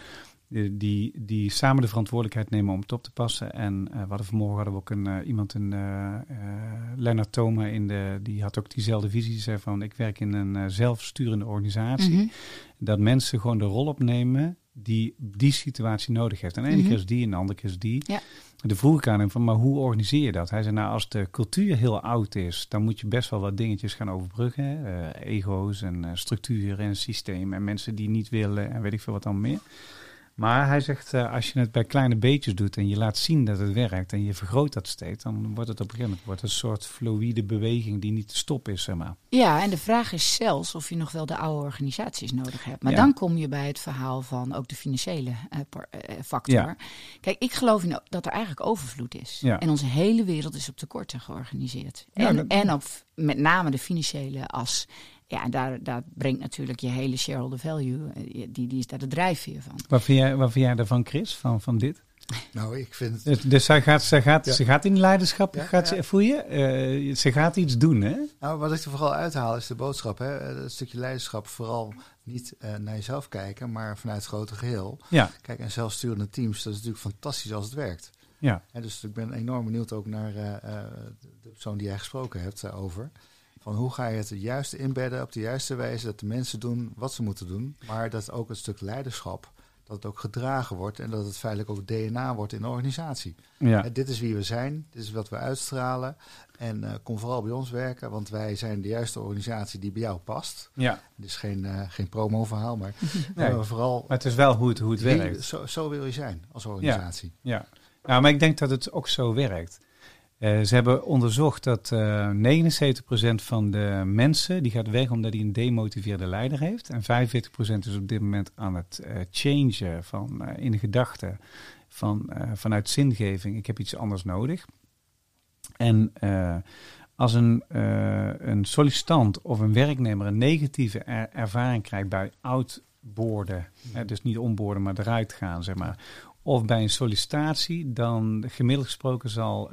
Speaker 2: Die samen de verantwoordelijkheid nemen om het op te passen. En vanmorgen hadden we ook iemand in Lennart Thoma die had ook diezelfde visie. Die zei van, ik werk in een zelfsturende organisatie. Mm-hmm. Dat mensen gewoon de rol opnemen die situatie nodig heeft. En de ene keer is die en de andere keer is die. Ja. En toen vroeg ik aan hem van, maar hoe organiseer je dat? Hij zei, nou, als de cultuur heel oud is, dan moet je best wel wat dingetjes gaan overbruggen. Ego's en structuren en systemen en mensen die niet willen en weet ik veel wat dan meer. Maar hij zegt, als je het bij kleine beetjes doet en je laat zien dat het werkt en je vergroot dat steeds, dan wordt het op een gegeven moment een soort fluïde beweging die niet te stoppen is, zeg maar.
Speaker 4: Ja, en de vraag is zelfs of je nog wel de oude organisaties nodig hebt. Maar dan kom je bij het verhaal van ook de financiële factor. Ja. Kijk, ik geloof dat er eigenlijk overvloed is. Ja. En onze hele wereld is op tekorten georganiseerd. En op met name de financiële as. Ja, en daar brengt natuurlijk je hele shareholder value, die is daar de drijfveer van.
Speaker 2: Wat vind jij daarvan, Chris, van dit?
Speaker 3: Nou, ik vind het...
Speaker 2: Dus ze gaat in leiderschap, voel je? Ze gaat iets doen, hè?
Speaker 3: Nou, wat ik er vooral uithaal is de boodschap, hè? Het stukje leiderschap, vooral niet naar jezelf kijken, maar vanuit het grote geheel. Ja. Kijk, en zelfsturende teams, dat is natuurlijk fantastisch als het werkt. Ja. En dus ik ben enorm benieuwd ook naar de persoon die jij gesproken hebt over. Van hoe ga je het juiste inbedden op de juiste wijze, dat de mensen doen wat ze moeten doen. Maar dat ook een stuk leiderschap, dat het ook gedragen wordt en dat het feitelijk ook DNA wordt in de organisatie. Ja. Dit is wie we zijn, dit is wat we uitstralen. En kom vooral bij ons werken, want wij zijn de juiste organisatie die bij jou past. Ja. Het is geen promo-verhaal, maar vooral...
Speaker 2: Maar het is wel hoe het werkt.
Speaker 3: Zo wil je zijn als organisatie.
Speaker 2: Ja. Maar ik denk dat het ook zo werkt. Ze hebben onderzocht dat 79% van de mensen die gaat weg omdat hij een demotiveerde leider heeft. En 45% is op dit moment aan het changen in de gedachten vanuit zingeving. Ik heb iets anders nodig. En als een sollicitant of een werknemer een negatieve ervaring krijgt bij outboarden, dus niet onboarden, maar eruit gaan, zeg maar. Of bij een sollicitatie, dan gemiddeld gesproken zal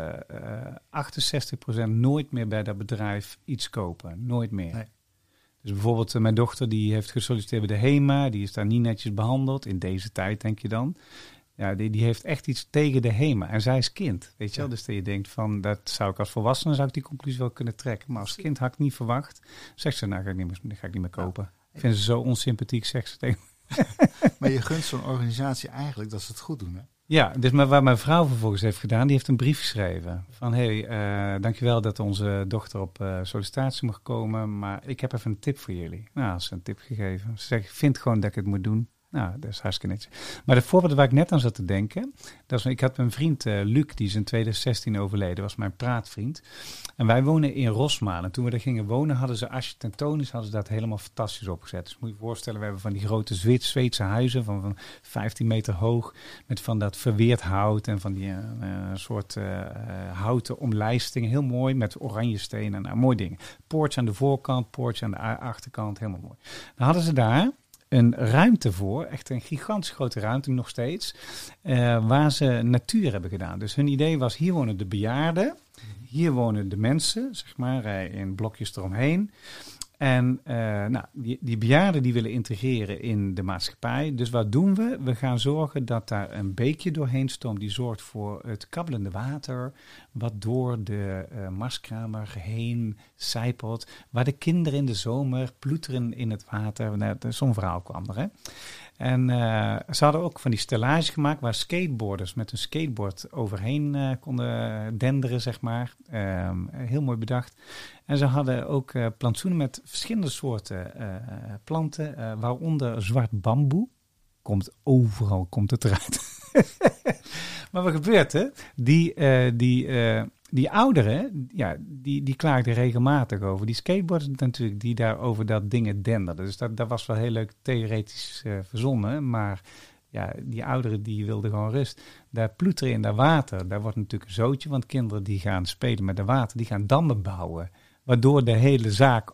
Speaker 2: 68% nooit meer bij dat bedrijf iets kopen. Nooit meer. Nee. Dus bijvoorbeeld mijn dochter die heeft gesolliciteerd bij de HEMA. Die is daar niet netjes behandeld. In deze tijd denk je dan. Ja, die heeft echt iets tegen de HEMA. En zij is kind, weet je wel. Dus dat je denkt van, dat zou ik als volwassene zou ik die conclusie wel kunnen trekken. Maar als kind had ik niet verwacht. Zegt ze, nou ga ik niet meer kopen. Ik vind ze zo onsympathiek, zegt ze tegen me.
Speaker 3: Maar je gunt zo'n organisatie eigenlijk dat ze het goed doen, hè?
Speaker 2: Ja, dus maar wat mijn vrouw vervolgens heeft gedaan, die heeft een brief geschreven. Van, dankjewel dat onze dochter op sollicitatie mag komen, maar ik heb even een tip voor jullie. Nou, ze een tip gegeven. Ze zegt, ik vind gewoon dat ik het moet doen. Nou, dat is hartstikke netjes. Maar het voorbeeld waar ik net aan zat te denken, ik had mijn vriend Luc, die is in 2016 overleden, was mijn praatvriend. En wij wonen in Rosmalen. En toen we daar gingen wonen, hadden ze architectonisch dat helemaal fantastisch opgezet. Dus moet je je voorstellen, we hebben van die grote Zweedse huizen van 15 meter hoog, met van dat verweerd hout en van die soort houten omlijstingen. Heel mooi, met oranje stenen. Nou, mooi ding. Poortje aan de voorkant, poortje aan de achterkant, helemaal mooi. Dan hadden ze daar een ruimte voor, echt een gigantisch grote ruimte nog steeds, waar ze natuur hebben gedaan. Dus hun idee was, hier wonen de bejaarden, hier wonen de mensen, zeg maar, in blokjes eromheen. En die bejaarden die willen integreren in de maatschappij. Dus wat doen we? We gaan zorgen dat daar een beekje doorheen stroomt. Die zorgt voor het kabbelende water, wat door de marskramer heen sijpelt. Waar de kinderen in de zomer ploeteren in het water. Nou, zo'n verhaal kwam er, hè. En ze hadden ook van die stellages gemaakt waar skateboarders met een skateboard overheen konden denderen, zeg maar. Heel mooi bedacht. En ze hadden ook plantsoenen met verschillende soorten planten, waaronder zwart bamboe. Overal komt het eruit. Maar wat gebeurt er? Die ouderen, ja, die klaagden regelmatig over. Die skateboarders natuurlijk, die daar over dat dingen denderden. Dus dat was wel heel leuk theoretisch verzonnen. Maar ja, die ouderen die wilden gewoon rust. Daar ploeteren in dat water, daar wordt natuurlijk een zootje. Want kinderen die gaan spelen met dat water, die gaan dammen bouwen. Waardoor de hele zaak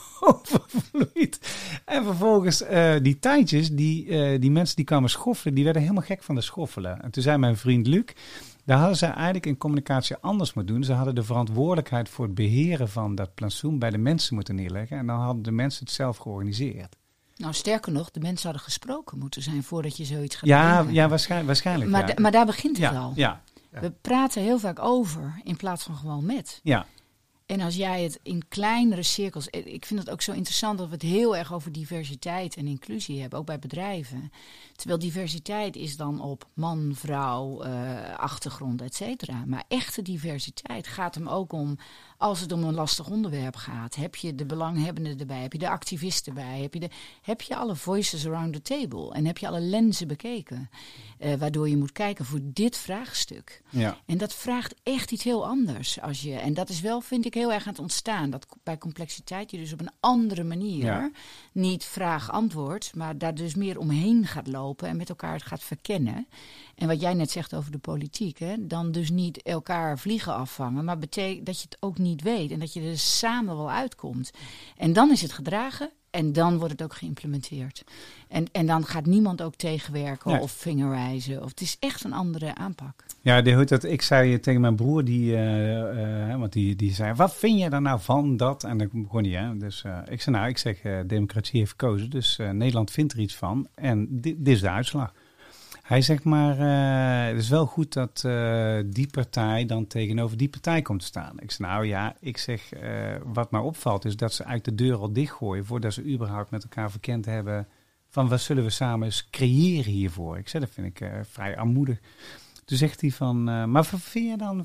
Speaker 2: overvloeit. En vervolgens die tijdjes, die mensen die kwamen schoffelen, die werden helemaal gek van de schoffelen. En toen zei mijn vriend Luc, daar hadden ze eigenlijk in communicatie anders moeten doen. Ze hadden de verantwoordelijkheid voor het beheren van dat plantsoen bij de mensen moeten neerleggen. En dan hadden de mensen het zelf georganiseerd.
Speaker 4: Nou, sterker nog, de mensen hadden gesproken moeten zijn voordat je zoiets gaat bedenken.
Speaker 2: Ja, waarschijnlijk.
Speaker 4: Maar daar begint het al.
Speaker 2: Ja.
Speaker 4: We praten heel vaak over in plaats van gewoon met.
Speaker 2: Ja.
Speaker 4: En als jij het in kleinere cirkels... Ik vind het ook zo interessant dat we het heel erg over diversiteit en inclusie hebben, ook bij bedrijven. Terwijl diversiteit is dan op man, vrouw, achtergrond, et cetera. Maar echte diversiteit gaat hem ook om, als het om een lastig onderwerp gaat. Heb je de belanghebbenden erbij? Heb je de activisten erbij? Heb je alle voices around the table? En heb je alle lenzen bekeken? Waardoor je moet kijken voor dit vraagstuk. Ja. En dat vraagt echt iets heel anders. En dat is wel, vind ik, heel erg aan het ontstaan. Dat bij complexiteit je dus op een andere manier niet vraag-antwoord, maar daar dus meer omheen gaat lopen en met elkaar het gaat verkennen. En wat jij net zegt over de politiek, hè, dan dus niet elkaar vliegen afvangen, maar betekent dat je het ook niet weet en dat je er samen wel uitkomt. En dan is het gedragen en dan wordt het ook geïmplementeerd. En dan gaat niemand ook tegenwerken of vingerwijzen. Of het is echt een andere aanpak. Ja,
Speaker 2: ik zei tegen mijn broer, want die zei, wat vind je daar nou van dat? En dan begon hij, hè. Dus ik zeg, democratie heeft gekozen, dus Nederland vindt er iets van. En dit is de uitslag. Hij zegt maar, het is wel goed dat die partij dan tegenover die partij komt te staan. Ik zeg, wat mij opvalt is dat ze eigenlijk de deur al dichtgooien voordat ze überhaupt met elkaar verkend hebben van wat zullen we samen eens creëren hiervoor. Ik zeg, dat vind ik vrij armoedig. Toen zegt hij van, maar wat vind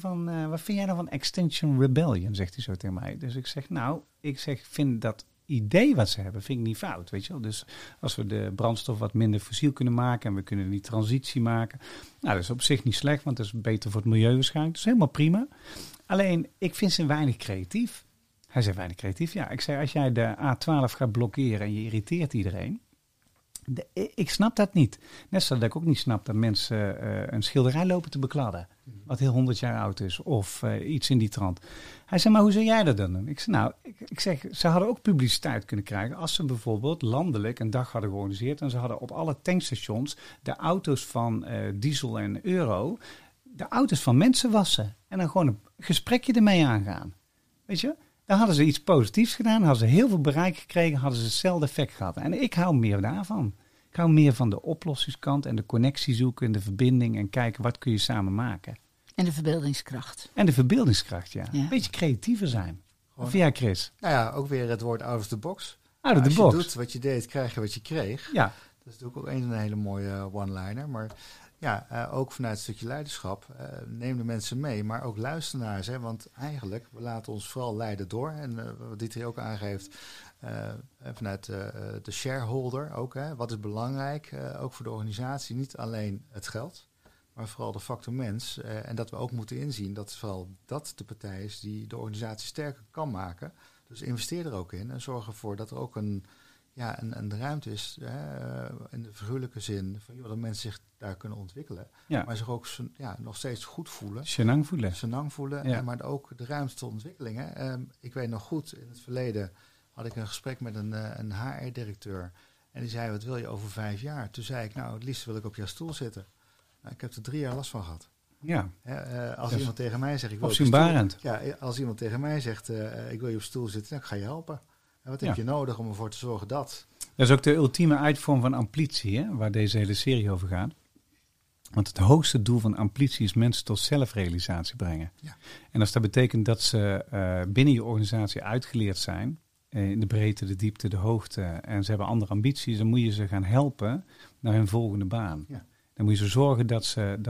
Speaker 2: jij dan van Extinction Rebellion, zegt hij zo tegen mij. Dus ik zeg, vind dat idee wat ze hebben, vind ik niet fout, weet je wel. Dus als we de brandstof wat minder fossiel kunnen maken en we kunnen die transitie maken, nou, dat is op zich niet slecht, want dat is beter voor het milieu waarschijnlijk. Dat is helemaal prima. Alleen, ik vind ze weinig creatief. Hij zei weinig creatief, ja. Ik zei, als jij de A12 gaat blokkeren en je irriteert iedereen, ik snap dat niet. Net zoals dat ik ook niet snap dat mensen een schilderij lopen te bekladden, wat heel 100 jaar oud is, of iets in die trant. Hij zei, maar hoe zou jij dat dan doen? Ik zeg, ze hadden ook publiciteit kunnen krijgen als ze bijvoorbeeld landelijk een dag hadden georganiseerd en ze hadden op alle tankstations de auto's van diesel en euro, de auto's van mensen wassen en dan gewoon een gesprekje ermee aangaan. Weet je? Dan hadden ze iets positiefs gedaan, hadden ze heel veel bereik gekregen, hadden ze hetzelfde effect gehad. En ik hou meer daarvan. Ik hou meer van de oplossingskant en de connectie zoeken en de verbinding en kijken wat kun je samen maken.
Speaker 4: En de verbeeldingskracht.
Speaker 2: Ja. Een beetje creatiever zijn. Gewoon, of jij, Chris?
Speaker 3: Nou ja, ook weer het woord out of the box.
Speaker 2: Out of the box.
Speaker 3: Als je doet wat je deed, krijg je wat je kreeg.
Speaker 2: Ja.
Speaker 3: Dat is natuurlijk ook een hele mooie one-liner. Maar ook vanuit een stukje leiderschap, neem de mensen mee, maar ook luister naar ze. Want eigenlijk, we laten ons vooral leiden door. En wat Dietri ook aangeeft, vanuit de shareholder ook. Wat is belangrijk, ook voor de organisatie, niet alleen het geld, maar vooral de factor mens. En dat we ook moeten inzien dat vooral dat de partij is die de organisatie sterker kan maken. Dus investeer er ook in en zorg ervoor dat er ook een ruimte is, in de figuurlijke zin, van dat mensen zich daar kunnen ontwikkelen. Ja. Maar zich ook nog steeds goed voelen.
Speaker 2: Senang voelen.
Speaker 3: Ja. Maar ook de ruimte tot ontwikkeling. Ik weet nog goed, in het verleden had ik een gesprek met een HR-directeur. En die zei, wat wil je over 5 jaar? Toen zei ik, het liefst wil ik op jouw stoel zitten. Ik heb er 3 jaar last van gehad.
Speaker 2: Ja.
Speaker 3: Als iemand tegen mij zegt, ik wil als iemand tegen mij zegt, ik wil je op stoel zitten, dan ga je helpen. En wat heb je nodig om ervoor te zorgen dat?
Speaker 2: Dat is ook de ultieme uitvorm van amplitie, hè, waar deze hele serie over gaat. Want het hoogste doel van amplitie is mensen tot zelfrealisatie brengen. Ja. En als dat betekent dat ze binnen je organisatie uitgeleerd zijn, in de breedte, de diepte, de hoogte, en ze hebben andere ambities, dan moet je ze gaan helpen naar hun volgende baan. Ja. Dan moet je ze zorgen dat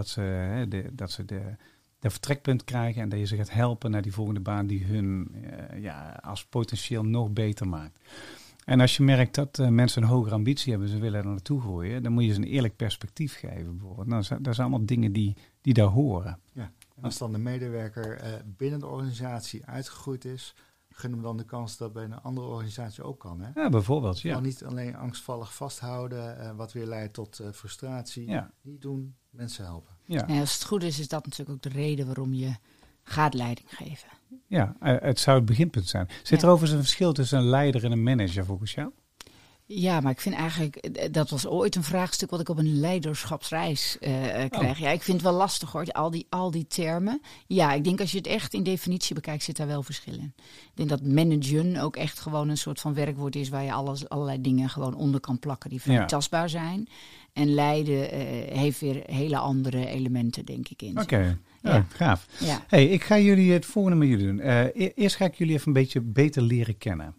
Speaker 2: ze de vertrekpunt krijgen en dat je ze gaat helpen naar die volgende baan die hun als potentieel nog beter maakt. En als je merkt dat mensen een hogere ambitie hebben, ze willen er naartoe groeien, dan moet je ze een eerlijk perspectief geven bijvoorbeeld. Nou, dat zijn allemaal dingen die daar horen.
Speaker 3: Ja. En als dan de medewerker binnen de organisatie uitgegroeid is, gun hem dan de kans dat bij een andere organisatie ook kan. Hè?
Speaker 2: Ja, bijvoorbeeld. Ja.
Speaker 3: Niet alleen angstvallig vasthouden, wat weer leidt tot frustratie. Ja. Niet doen, mensen helpen.
Speaker 4: Ja. En als het goed is dat natuurlijk ook de reden waarom je gaat leiding geven.
Speaker 2: Ja, het zou het beginpunt zijn. Zit er overigens een verschil tussen een leider en een manager volgens jou?
Speaker 4: Ja, maar ik vind eigenlijk, dat was ooit een vraagstuk wat ik op een leiderschapsreis kreeg. Ja, ik vind het wel lastig hoor, al die termen. Ja, ik denk als je het echt in definitie bekijkt, zit daar wel verschil in. Ik denk dat managen ook echt gewoon een soort van werkwoord is waar je allerlei dingen gewoon onder kan plakken die vrij tastbaar zijn. En leiden heeft weer hele andere elementen, denk ik, in.
Speaker 2: Oké. Ja, gaaf. Ja. Hey, ik ga jullie het volgende met jullie doen. Eerst ga ik jullie even een beetje beter leren kennen.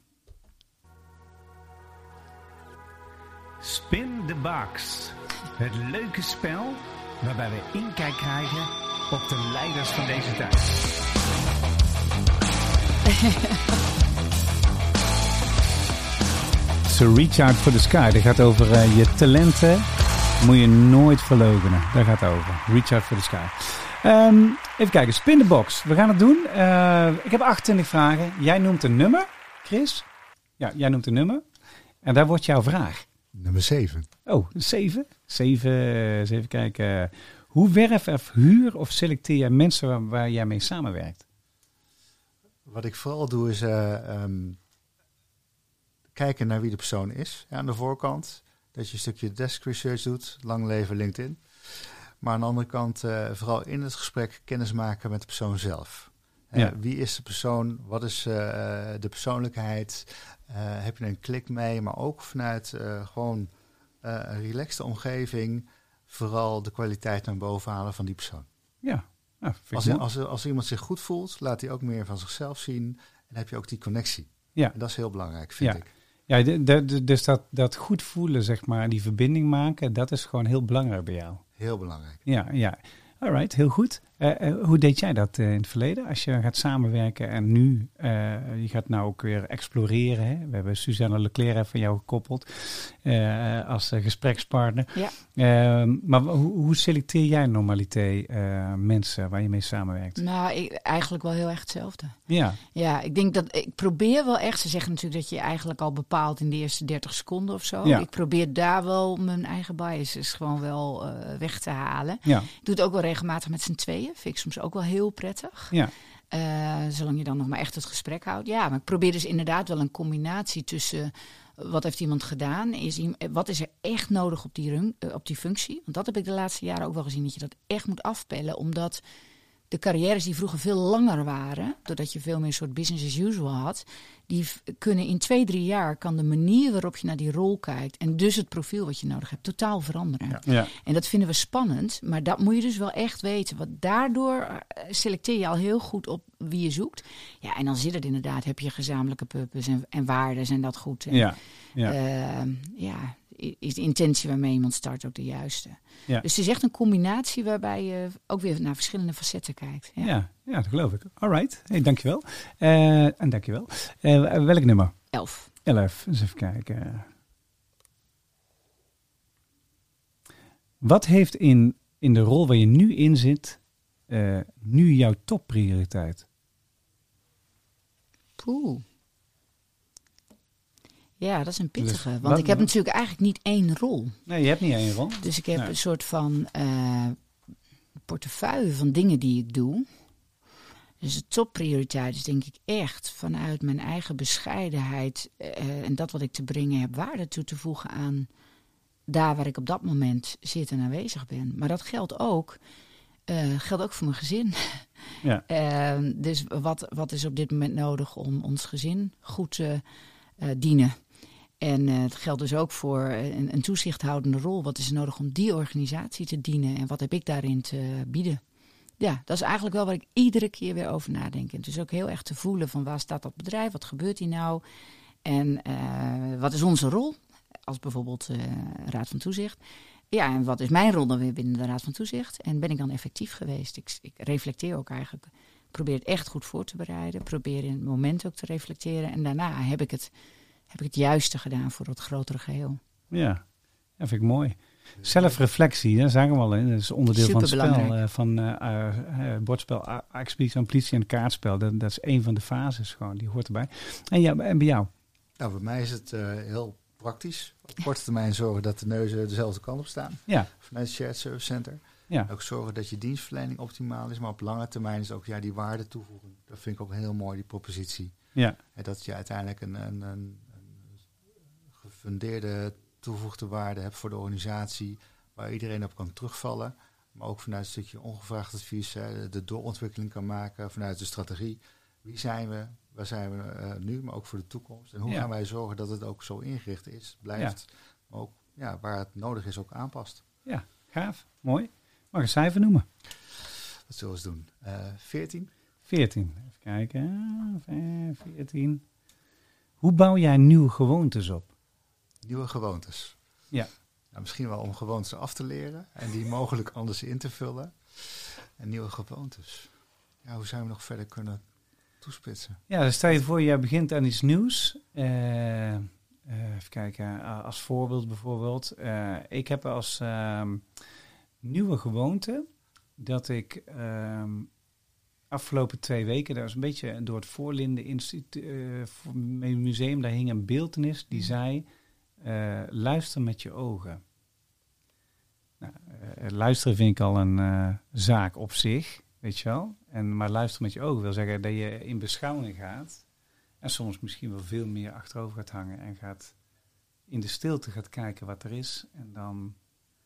Speaker 1: Spin the Box. Het leuke spel waarbij we inkijk krijgen op de leiders van deze tijd.
Speaker 2: So reach out for the sky. Dat gaat over je talenten. Moet je nooit verloochenen. Daar gaat het over. Reach out for the sky. Even kijken. Spin the box. We gaan het doen. Ik heb 28 vragen. Jij noemt een nummer. Chris? Ja, jij noemt een nummer. En daar wordt jouw vraag.
Speaker 3: Nummer 7.
Speaker 2: Oh, 7? 7, eens even kijken. Hoe werf of huur of selecteer jij mensen waar jij mee samenwerkt?
Speaker 3: Wat ik vooral doe is kijken naar wie de persoon is. Ja, aan de voorkant. Dat je een stukje desk research doet. Lang leven LinkedIn. Maar aan de andere kant vooral in het gesprek kennis maken met de persoon zelf. Wie is de persoon? Wat is de persoonlijkheid? Heb je een klik mee? Maar ook vanuit gewoon een relaxte omgeving vooral de kwaliteit naar boven halen van die persoon.
Speaker 2: Ja.
Speaker 3: Als iemand zich goed voelt, laat hij ook meer van zichzelf zien. En heb je ook die connectie. Ja. En dat is heel belangrijk, vind ik.
Speaker 2: Ja, dus dat goed voelen, zeg maar, die verbinding maken, dat is gewoon heel belangrijk bij jou.
Speaker 3: Heel belangrijk.
Speaker 2: Ja. Alright, heel goed. Hoe deed jij dat in het verleden? Als je gaat samenwerken en nu, je gaat nou ook weer exploreren. Hè? We hebben Suzanne Leclerc van jou gekoppeld als gesprekspartner. Ja. Maar hoe selecteer jij normaliter mensen waar je mee samenwerkt?
Speaker 4: Nou, eigenlijk wel heel erg hetzelfde.
Speaker 2: Ja.
Speaker 4: Ja, ik denk dat ik probeer wel echt. Ze zeggen natuurlijk dat je eigenlijk al bepaalt in de eerste 30 seconden of zo. Ja. Ik probeer daar wel mijn eigen biases gewoon wel weg te halen. Ja. Ik doe het ook wel regelmatig met z'n tweeën. Vind ik soms ook wel heel prettig. Ja. Zolang je dan nog maar echt het gesprek houdt. Ja, maar ik probeer dus inderdaad wel een combinatie tussen wat heeft iemand gedaan? Wat is er echt nodig op die functie? Want dat heb ik de laatste jaren ook wel gezien. Dat je dat echt moet afpellen. Omdat de carrières die vroeger veel langer waren, doordat je veel meer een soort business as usual had, die kunnen in 2-3 jaar kan de manier waarop je naar die rol kijkt en dus het profiel wat je nodig hebt totaal veranderen. Ja. Ja. En dat vinden we spannend, maar dat moet je dus wel echt weten. Want daardoor selecteer je al heel goed op wie je zoekt. Ja, en dan zit het inderdaad, heb je gezamenlijke purpose en waarden, zijn dat goed. En, is de intentie waarmee iemand start ook de juiste. Ja. Dus het is echt een combinatie waarbij je ook weer naar verschillende facetten kijkt.
Speaker 2: Ja, dat geloof ik. All right. Hey, dankjewel. En dankjewel. Welk nummer?
Speaker 4: 11.
Speaker 2: Eens even kijken. Wat heeft in de rol waar je nu in zit, nu jouw topprioriteit?
Speaker 4: Poeh. Ja, dat is een pittige. Dus, want ik heb natuurlijk eigenlijk niet één rol.
Speaker 2: Nee, je hebt niet één rol.
Speaker 4: Dus ik heb een soort van portefeuille van dingen die ik doe. Dus de topprioriteit is denk ik echt vanuit mijn eigen bescheidenheid en dat wat ik te brengen heb, waarde toe te voegen aan daar waar ik op dat moment zit en aanwezig ben. Maar dat geldt ook voor mijn gezin. Ja. Dus wat is op dit moment nodig om ons gezin goed te dienen? En het geldt dus ook voor een toezichthoudende rol. Wat is er nodig om die organisatie te dienen? En wat heb ik daarin te bieden? Ja, dat is eigenlijk wel waar ik iedere keer weer over nadenk. En dus ook heel erg te voelen van waar staat dat bedrijf? Wat gebeurt hier nou? En wat is onze rol? Als bijvoorbeeld Raad van Toezicht. Ja, en wat is mijn rol dan weer binnen de Raad van Toezicht? En ben ik dan effectief geweest? Ik reflecteer ook eigenlijk. Probeer het echt goed voor te bereiden. Probeer in het moment ook te reflecteren. En daarna heb ik het juiste gedaan voor het grotere geheel.
Speaker 2: Ja, dat vind ik mooi. Zelfreflectie, daar zagen we al in. Dat is onderdeel van het spel. Van bordspel, expeditie, amplitie en kaartspel. Dat is een van de fases gewoon. Die hoort erbij. En bij jou?
Speaker 3: Nou, bij mij is het heel praktisch. Op korte termijn zorgen dat de neuzen dezelfde kant op staan. Ja. Vanuit het Shared Service Center. Ja. Ook zorgen dat je dienstverlening optimaal is. Maar op lange termijn is ook die waarde toevoegen. Dat vind ik ook heel mooi, die propositie. Ja. En dat je uiteindelijk een gefundeerde toegevoegde waarde hebt voor de organisatie. Waar iedereen op kan terugvallen. Maar ook vanuit een stukje ongevraagd advies. De doorontwikkeling kan maken vanuit de strategie. Wie zijn we? Waar zijn we nu? Maar ook voor de toekomst. En hoe gaan wij zorgen dat het ook zo ingericht is, blijft. Ja. Maar ook waar het nodig is ook aanpast.
Speaker 2: Ja, gaaf. Mooi. Mag een cijfer noemen?
Speaker 3: Wat zullen we eens doen? 14.
Speaker 2: 14. Even kijken. 14. Hoe bouw jij nieuwe gewoontes op?
Speaker 3: Nieuwe gewoontes?
Speaker 2: Ja.
Speaker 3: Nou, misschien wel om gewoontes af te leren. En die mogelijk anders in te vullen. En nieuwe gewoontes. Ja, hoe zijn we nog verder kunnen toespitsen?
Speaker 2: Ja, dan stel je voor, jij begint aan iets nieuws. Even kijken, als voorbeeld bijvoorbeeld. Ik heb als nieuwe gewoonte dat ik afgelopen 2 weken, daar was een beetje door het Voorlinden Museum, daar hing een beeltenis die zei, luister met je ogen. Nou, luisteren vind ik al een zaak op zich, weet je wel. Maar luisteren met je ogen wil zeggen dat je in beschouwing gaat en soms misschien wel veel meer achterover gaat hangen en gaat in de stilte gaat kijken wat er is en dan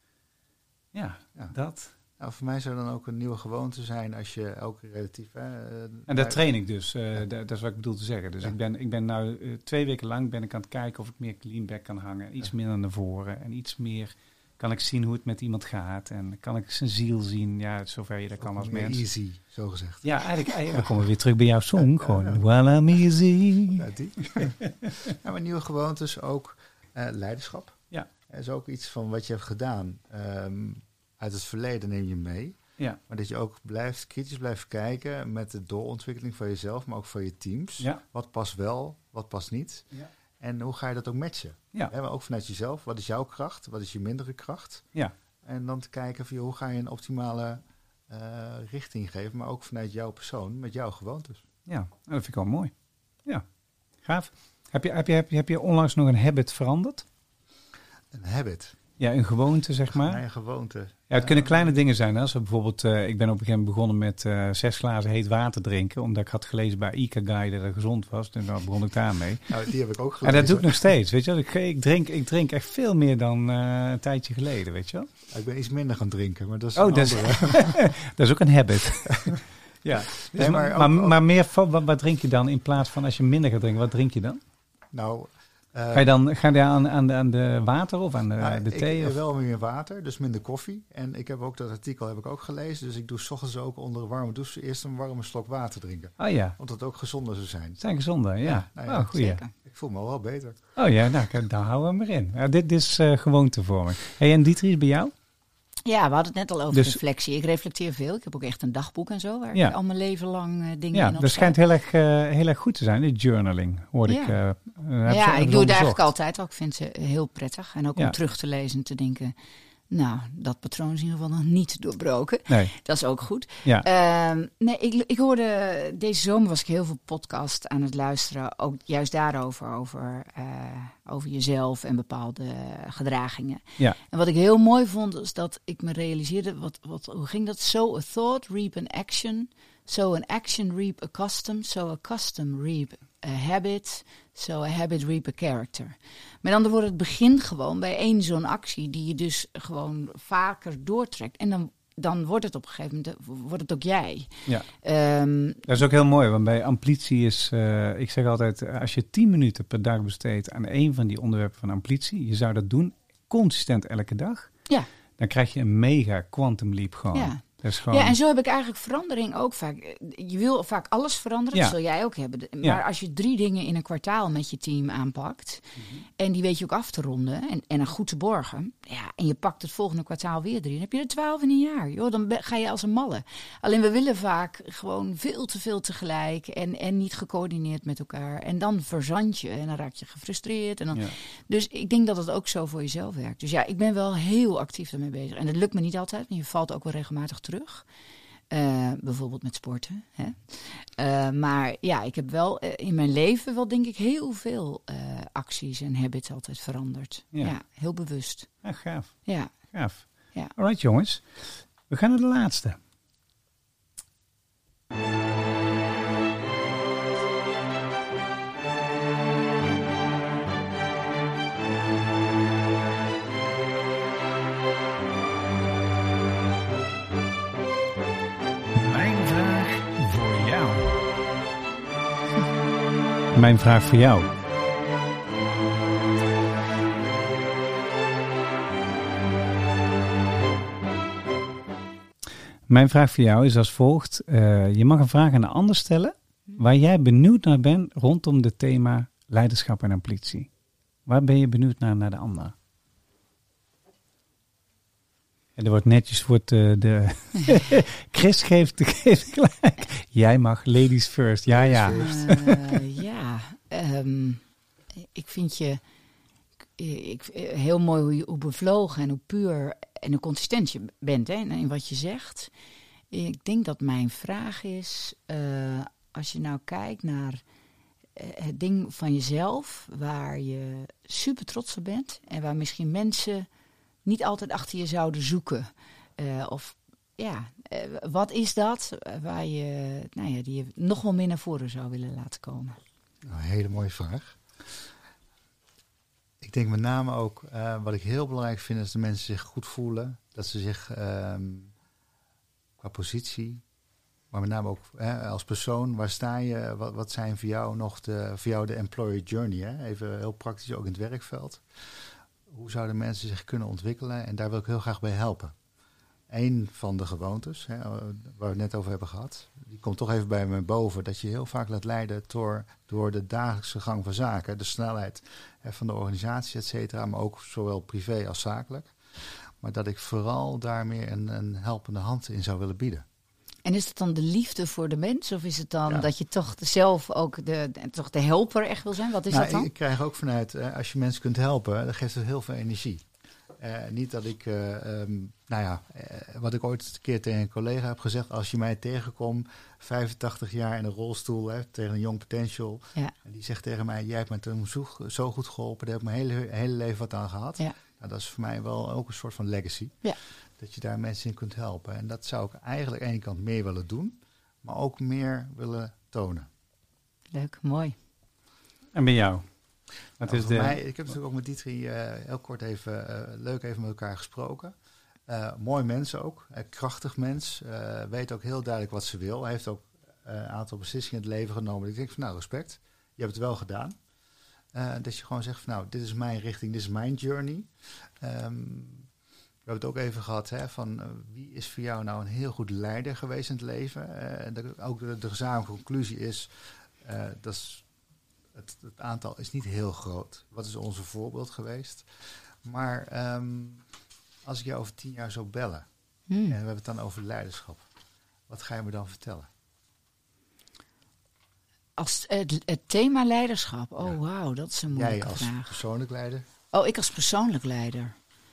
Speaker 2: dat.
Speaker 3: Nou, voor mij zou dan ook een nieuwe gewoonte zijn als je ook relatief...
Speaker 2: en dat train ik dus, dat is wat ik bedoel te zeggen. Dus ik ben nu 2 weken lang ben ik aan het kijken of ik meer clean back kan hangen. Iets minder naar voren en iets meer kan ik zien hoe het met iemand gaat. En kan ik zijn ziel zien, zover je dat kan als mens.
Speaker 3: Easy, zo gezegd.
Speaker 2: Ja, eigenlijk dan komen we weer terug bij jouw song. Gewoon, well, I'm easy.
Speaker 3: Ja, die. Maar nieuwe gewoontes ook leiderschap.
Speaker 2: Ja.
Speaker 3: Dat is ook iets van wat je hebt gedaan. Uit het verleden neem je mee. Ja. Maar dat je ook kritisch blijft kijken met de doorontwikkeling van jezelf, maar ook van je teams. Ja. Wat past wel, wat past niet. Ja. En hoe ga je dat ook matchen? Ja. Maar ook vanuit jezelf. Wat is jouw kracht? Wat is je mindere kracht? Ja. En dan te kijken van hoe ga je een optimale richting geven, maar ook vanuit jouw persoon, met jouw gewoontes.
Speaker 2: Ja, dat vind ik wel mooi. Ja, gaaf. Heb je onlangs nog een habit veranderd?
Speaker 3: Een habit?
Speaker 2: Ja, een gewoonte, zeg maar.
Speaker 3: Een gewoonte.
Speaker 2: Ja, het kunnen kleine dingen zijn. Hè? Zo bijvoorbeeld, ik ben op een gegeven moment begonnen met 6 glazen heet water drinken. Omdat ik had gelezen bij Ikigai dat het gezond was. En dan begon ik daarmee.
Speaker 3: Nou, die heb ik ook gelezen.
Speaker 2: En dat doe ik nog steeds, weet je wel. Ik drink echt veel meer dan een tijdje geleden, weet je wel.
Speaker 3: Ik ben iets minder gaan drinken, maar dat is
Speaker 2: dat is ook een habit. Ja. Dus maar meer, wat drink je dan in plaats van als je minder gaat drinken? Wat drink je dan?
Speaker 3: Nou,
Speaker 2: Ga je aan de water of aan de thee?
Speaker 3: Ik wel meer water, dus minder koffie. En ik heb ook dat artikel gelezen. Dus ik doe 's ochtends ook onder een warme douche eerst een warme slok water drinken.
Speaker 2: Oh ja.
Speaker 3: Want dat ook gezonder zou zijn.
Speaker 2: Zijn gezonder, ja. Goeie.
Speaker 3: Ik voel me wel beter.
Speaker 2: Oh ja, daar houden we hem erin. Ja, dit is gewoonte voor me. Hey, en Dietrich, bij jou?
Speaker 4: Ja, we hadden het net al over reflectie. Ik reflecteer veel. Ik heb ook echt een dagboek en zo, waar ik al mijn leven lang dingen in opschrijf.
Speaker 2: Dat schijnt heel erg goed te zijn, de journaling, hoorde ik.
Speaker 4: Ik doe het eigenlijk altijd al. Ik vind ze heel prettig. En ook om terug te lezen en te denken, nou, dat patroon is in ieder geval nog niet doorbroken. Nee. Dat is ook goed. Ja. Ik hoorde, deze zomer was ik heel veel podcast aan het luisteren. Ook juist daarover, over jezelf en bepaalde gedragingen. Ja. En wat ik heel mooi vond, is dat ik me realiseerde, hoe ging dat? So a thought reap an action. So an action reap a custom. So a custom reap a habit. So a habit reap a character. Met andere woorden, het begint gewoon bij één zo'n actie die je dus gewoon vaker doortrekt. En dan wordt het op een gegeven moment ook jij. Ja.
Speaker 2: Dat is ook heel mooi, want bij amplitie is, ik zeg altijd, als je 10 minuten per dag besteedt aan één van die onderwerpen van amplitie, je zou dat doen consistent elke dag, dan krijg je een mega quantum leap gewoon. Ja.
Speaker 4: Ja, en zo heb ik eigenlijk verandering ook vaak. Je wil vaak alles veranderen, dat zul jij ook hebben. Maar als je 3 dingen in een kwartaal met je team aanpakt, en die weet je ook af te ronden en goed te borgen, en je pakt het volgende kwartaal weer 3, dan heb je er 12 in een jaar. Joh, dan ga je als een malle. Alleen we willen vaak gewoon veel te veel tegelijk en niet gecoördineerd met elkaar. En dan verzand je en dan raak je gefrustreerd. En dan, dus ik denk dat het ook zo voor jezelf werkt. Dus ik ben wel heel actief daarmee bezig. En dat lukt me niet altijd, want je valt ook wel regelmatig terug. Bijvoorbeeld met sporten. Hè? Maar ik heb wel in mijn leven wel denk ik heel veel acties en habits altijd veranderd. Ja, heel bewust.
Speaker 2: Ja, gaaf.
Speaker 4: Ja.
Speaker 2: Gaaf. Ja. Alright jongens, we gaan naar de laatste. Mijn vraag voor jou. Mijn vraag voor jou is als volgt. Je mag een vraag aan een ander stellen waar jij benieuwd naar bent rondom het thema leiderschap en amplitie. Waar ben je benieuwd naar de ander? En er wordt netjes Chris geeft gelijk. Jij mag ladies first. Ja.
Speaker 4: Ik vind je heel mooi hoe bevlogen en hoe puur en hoe consistent je bent in wat je zegt. Ik denk dat mijn vraag is, als je nou kijkt naar het ding van jezelf, waar je super trots op bent en waar misschien mensen niet altijd achter je zouden zoeken. Wat is dat waar je, die je nog wel meer naar voren zou willen laten komen?
Speaker 3: Een hele mooie vraag. Ik denk met name ook, wat ik heel belangrijk vind, is dat de mensen zich goed voelen. Dat ze zich qua positie, maar met name ook als persoon, waar sta je? Wat zijn voor jou de employer journey? Hè? Even heel praktisch, ook in het werkveld. Hoe zouden mensen zich kunnen ontwikkelen? En daar wil ik heel graag bij helpen. Eén van de gewoontes, waar we het net over hebben gehad, die komt toch even bij me boven. Dat je heel vaak laat leiden door de dagelijkse gang van zaken. De snelheid van de organisatie, et cetera. Maar ook zowel privé als zakelijk. Maar dat ik vooral daar meer een helpende hand in zou willen bieden.
Speaker 4: En is het dan de liefde voor de mens? Of is het dan dat je toch zelf ook de helper echt wil zijn? Wat is dat dan?
Speaker 3: Ik krijg ook vanuit, als je mensen kunt helpen, dan geeft het heel veel energie. Niet dat ik, wat ik ooit een keer tegen een collega heb gezegd, als je mij tegenkomt, 85 jaar in een rolstoel, tegen een jong potential, en die zegt tegen mij, jij hebt me toen zo goed geholpen, daar heb ik mijn hele leven wat aan gehad. Ja. Nou, dat is voor mij wel ook een soort van legacy. Ja. Dat je daar mensen in kunt helpen. En dat zou ik eigenlijk aan de ene kant meer willen doen, maar ook meer willen tonen.
Speaker 4: Leuk, mooi.
Speaker 2: En bij jou?
Speaker 3: Mij, ik heb natuurlijk ook met Dietrich heel kort leuk met elkaar gesproken. Mooi mens ook, krachtig mens. Weet ook heel duidelijk wat ze wil. Hij heeft ook een aantal beslissingen in het leven genomen. Ik denk van respect, je hebt het wel gedaan. Dat je gewoon zegt van nou, dit is mijn richting, dit is mijn journey. We hebben het ook even gehad van wie is voor jou nou een heel goed leider geweest in het leven. Ook de gezamenlijke conclusie is, dat is het aantal is niet heel groot. Wat is onze voorbeeld geweest? Maar als ik jou over 10 jaar zou bellen, en we hebben het dan over leiderschap, wat ga je me dan vertellen?
Speaker 4: Als het thema leiderschap, wauw, dat is een moeilijke vraag.
Speaker 3: Jij als persoonlijk leider?
Speaker 4: Oh, ik als persoonlijk leider.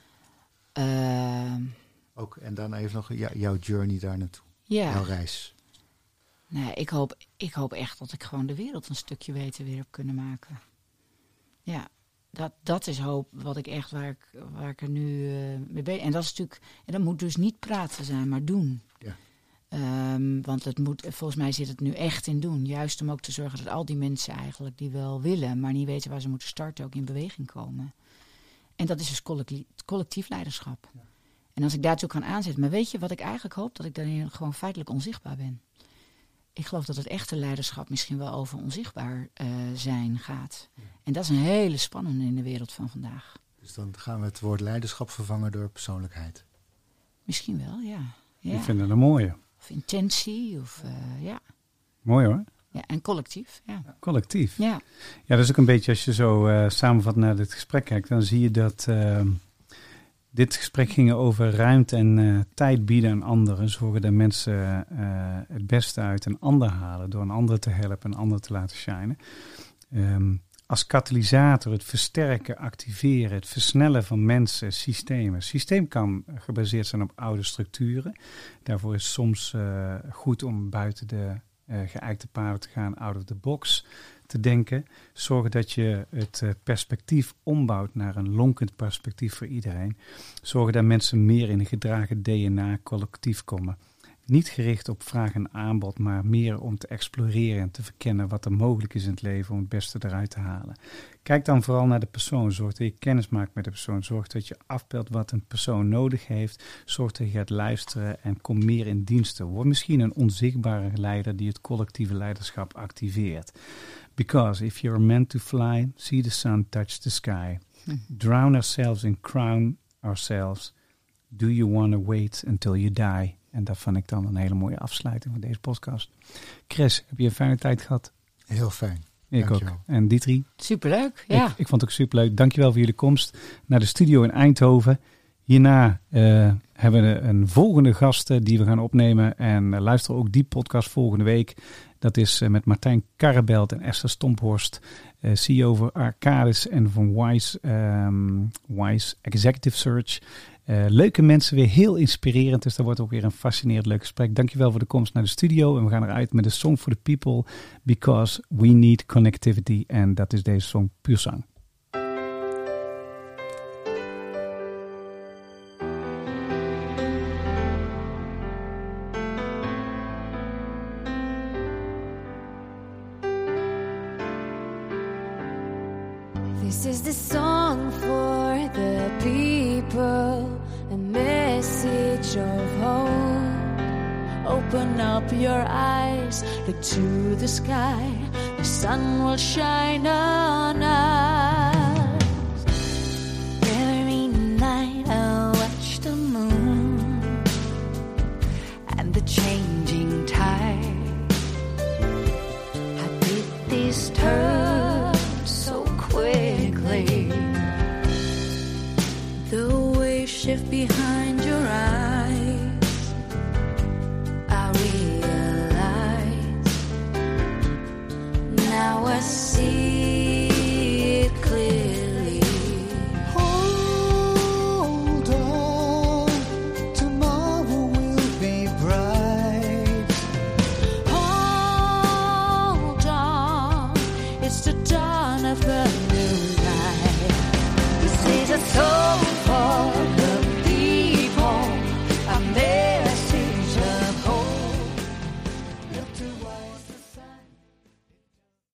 Speaker 3: Ook, en dan even nog jouw journey daar naartoe.
Speaker 4: Ja.
Speaker 3: Jouw reis.
Speaker 4: Nee, ik hoop echt dat ik gewoon de wereld een stukje beter weer heb kunnen maken. Ja, dat is hoop wat ik echt waar ik er nu mee ben. En dat is natuurlijk, en dat moet dus niet praten zijn, maar doen. Ja. Want volgens mij zit het nu echt in doen. Juist om ook te zorgen dat al die mensen eigenlijk die wel willen, maar niet weten waar ze moeten starten, ook in beweging komen. En dat is dus collectief leiderschap. Ja. En als ik daartoe kan aanzetten, maar weet je wat ik eigenlijk hoop? Dat ik daarin gewoon feitelijk onzichtbaar ben. Ik geloof dat het echte leiderschap misschien wel over onzichtbaar zijn gaat. Ja. En dat is een hele spannende in de wereld van vandaag.
Speaker 3: Dus dan gaan we het woord leiderschap vervangen door persoonlijkheid.
Speaker 4: Misschien wel, ja.
Speaker 2: Ik vind het een mooie.
Speaker 4: Of intentie, of ja.
Speaker 2: Mooi hoor.
Speaker 4: Ja, en collectief. Ja.
Speaker 2: Collectief.
Speaker 4: Ja.
Speaker 2: Ja, dat is ook een beetje als je zo samenvat naar dit gesprek kijkt, dan zie je dat dit gesprek ging over ruimte en tijd bieden aan anderen. Zorgen dat mensen het beste uit een ander halen door een ander te helpen, een ander te laten shinen. Als katalysator het versterken, activeren, het versnellen van mensen, systemen. Systeem kan gebaseerd zijn op oude structuren. Daarvoor is het soms goed om buiten de geëikte paden te gaan, out of the box te denken. Zorgen dat je het perspectief ombouwt naar een lonkend perspectief voor iedereen. Zorgen dat mensen meer in een gedragen DNA collectief komen. Niet gericht op vraag en aanbod, maar meer om te exploreren en te verkennen wat er mogelijk is in het leven om het beste eruit te halen. Kijk dan vooral naar de persoon. Zorg dat je kennis maakt met de persoon. Zorg dat je afbeeldt wat een persoon nodig heeft. Zorg dat je gaat luisteren en kom meer in diensten. Word misschien een onzichtbare leider die het collectieve leiderschap activeert. Because if you're meant to fly, see the sun touch the sky. Drown ourselves and crown ourselves. Do you want to wait until you die? En dat vond ik dan een hele mooie afsluiting van deze podcast. Chris, heb je een fijne tijd gehad?
Speaker 3: Heel fijn.
Speaker 2: Ik ook. En Dietri?
Speaker 4: Superleuk, ja.
Speaker 2: Ik vond het ook superleuk. Dankjewel voor jullie komst naar de studio in Eindhoven. Hierna hebben we een volgende gast die we gaan opnemen. En luister ook die podcast volgende week. Dat is met Martijn Karrebelt en Esther Stomphorst. CEO van Arcadis en van Wise Executive Search. Leuke mensen, weer heel inspirerend. Dus dat wordt ook weer een fascinerend leuk gesprek. Dankjewel voor de komst naar de studio. En we gaan eruit met de Song for the People. Because we need connectivity. En dat is deze song Puur Zang.
Speaker 6: This is the song for the people, a message of hope. Open up your eyes, look to the sky, the sun will shine on us. Every night I watch the moon and the changing tide. How did this turn so quickly? The waves shift behind your eyes.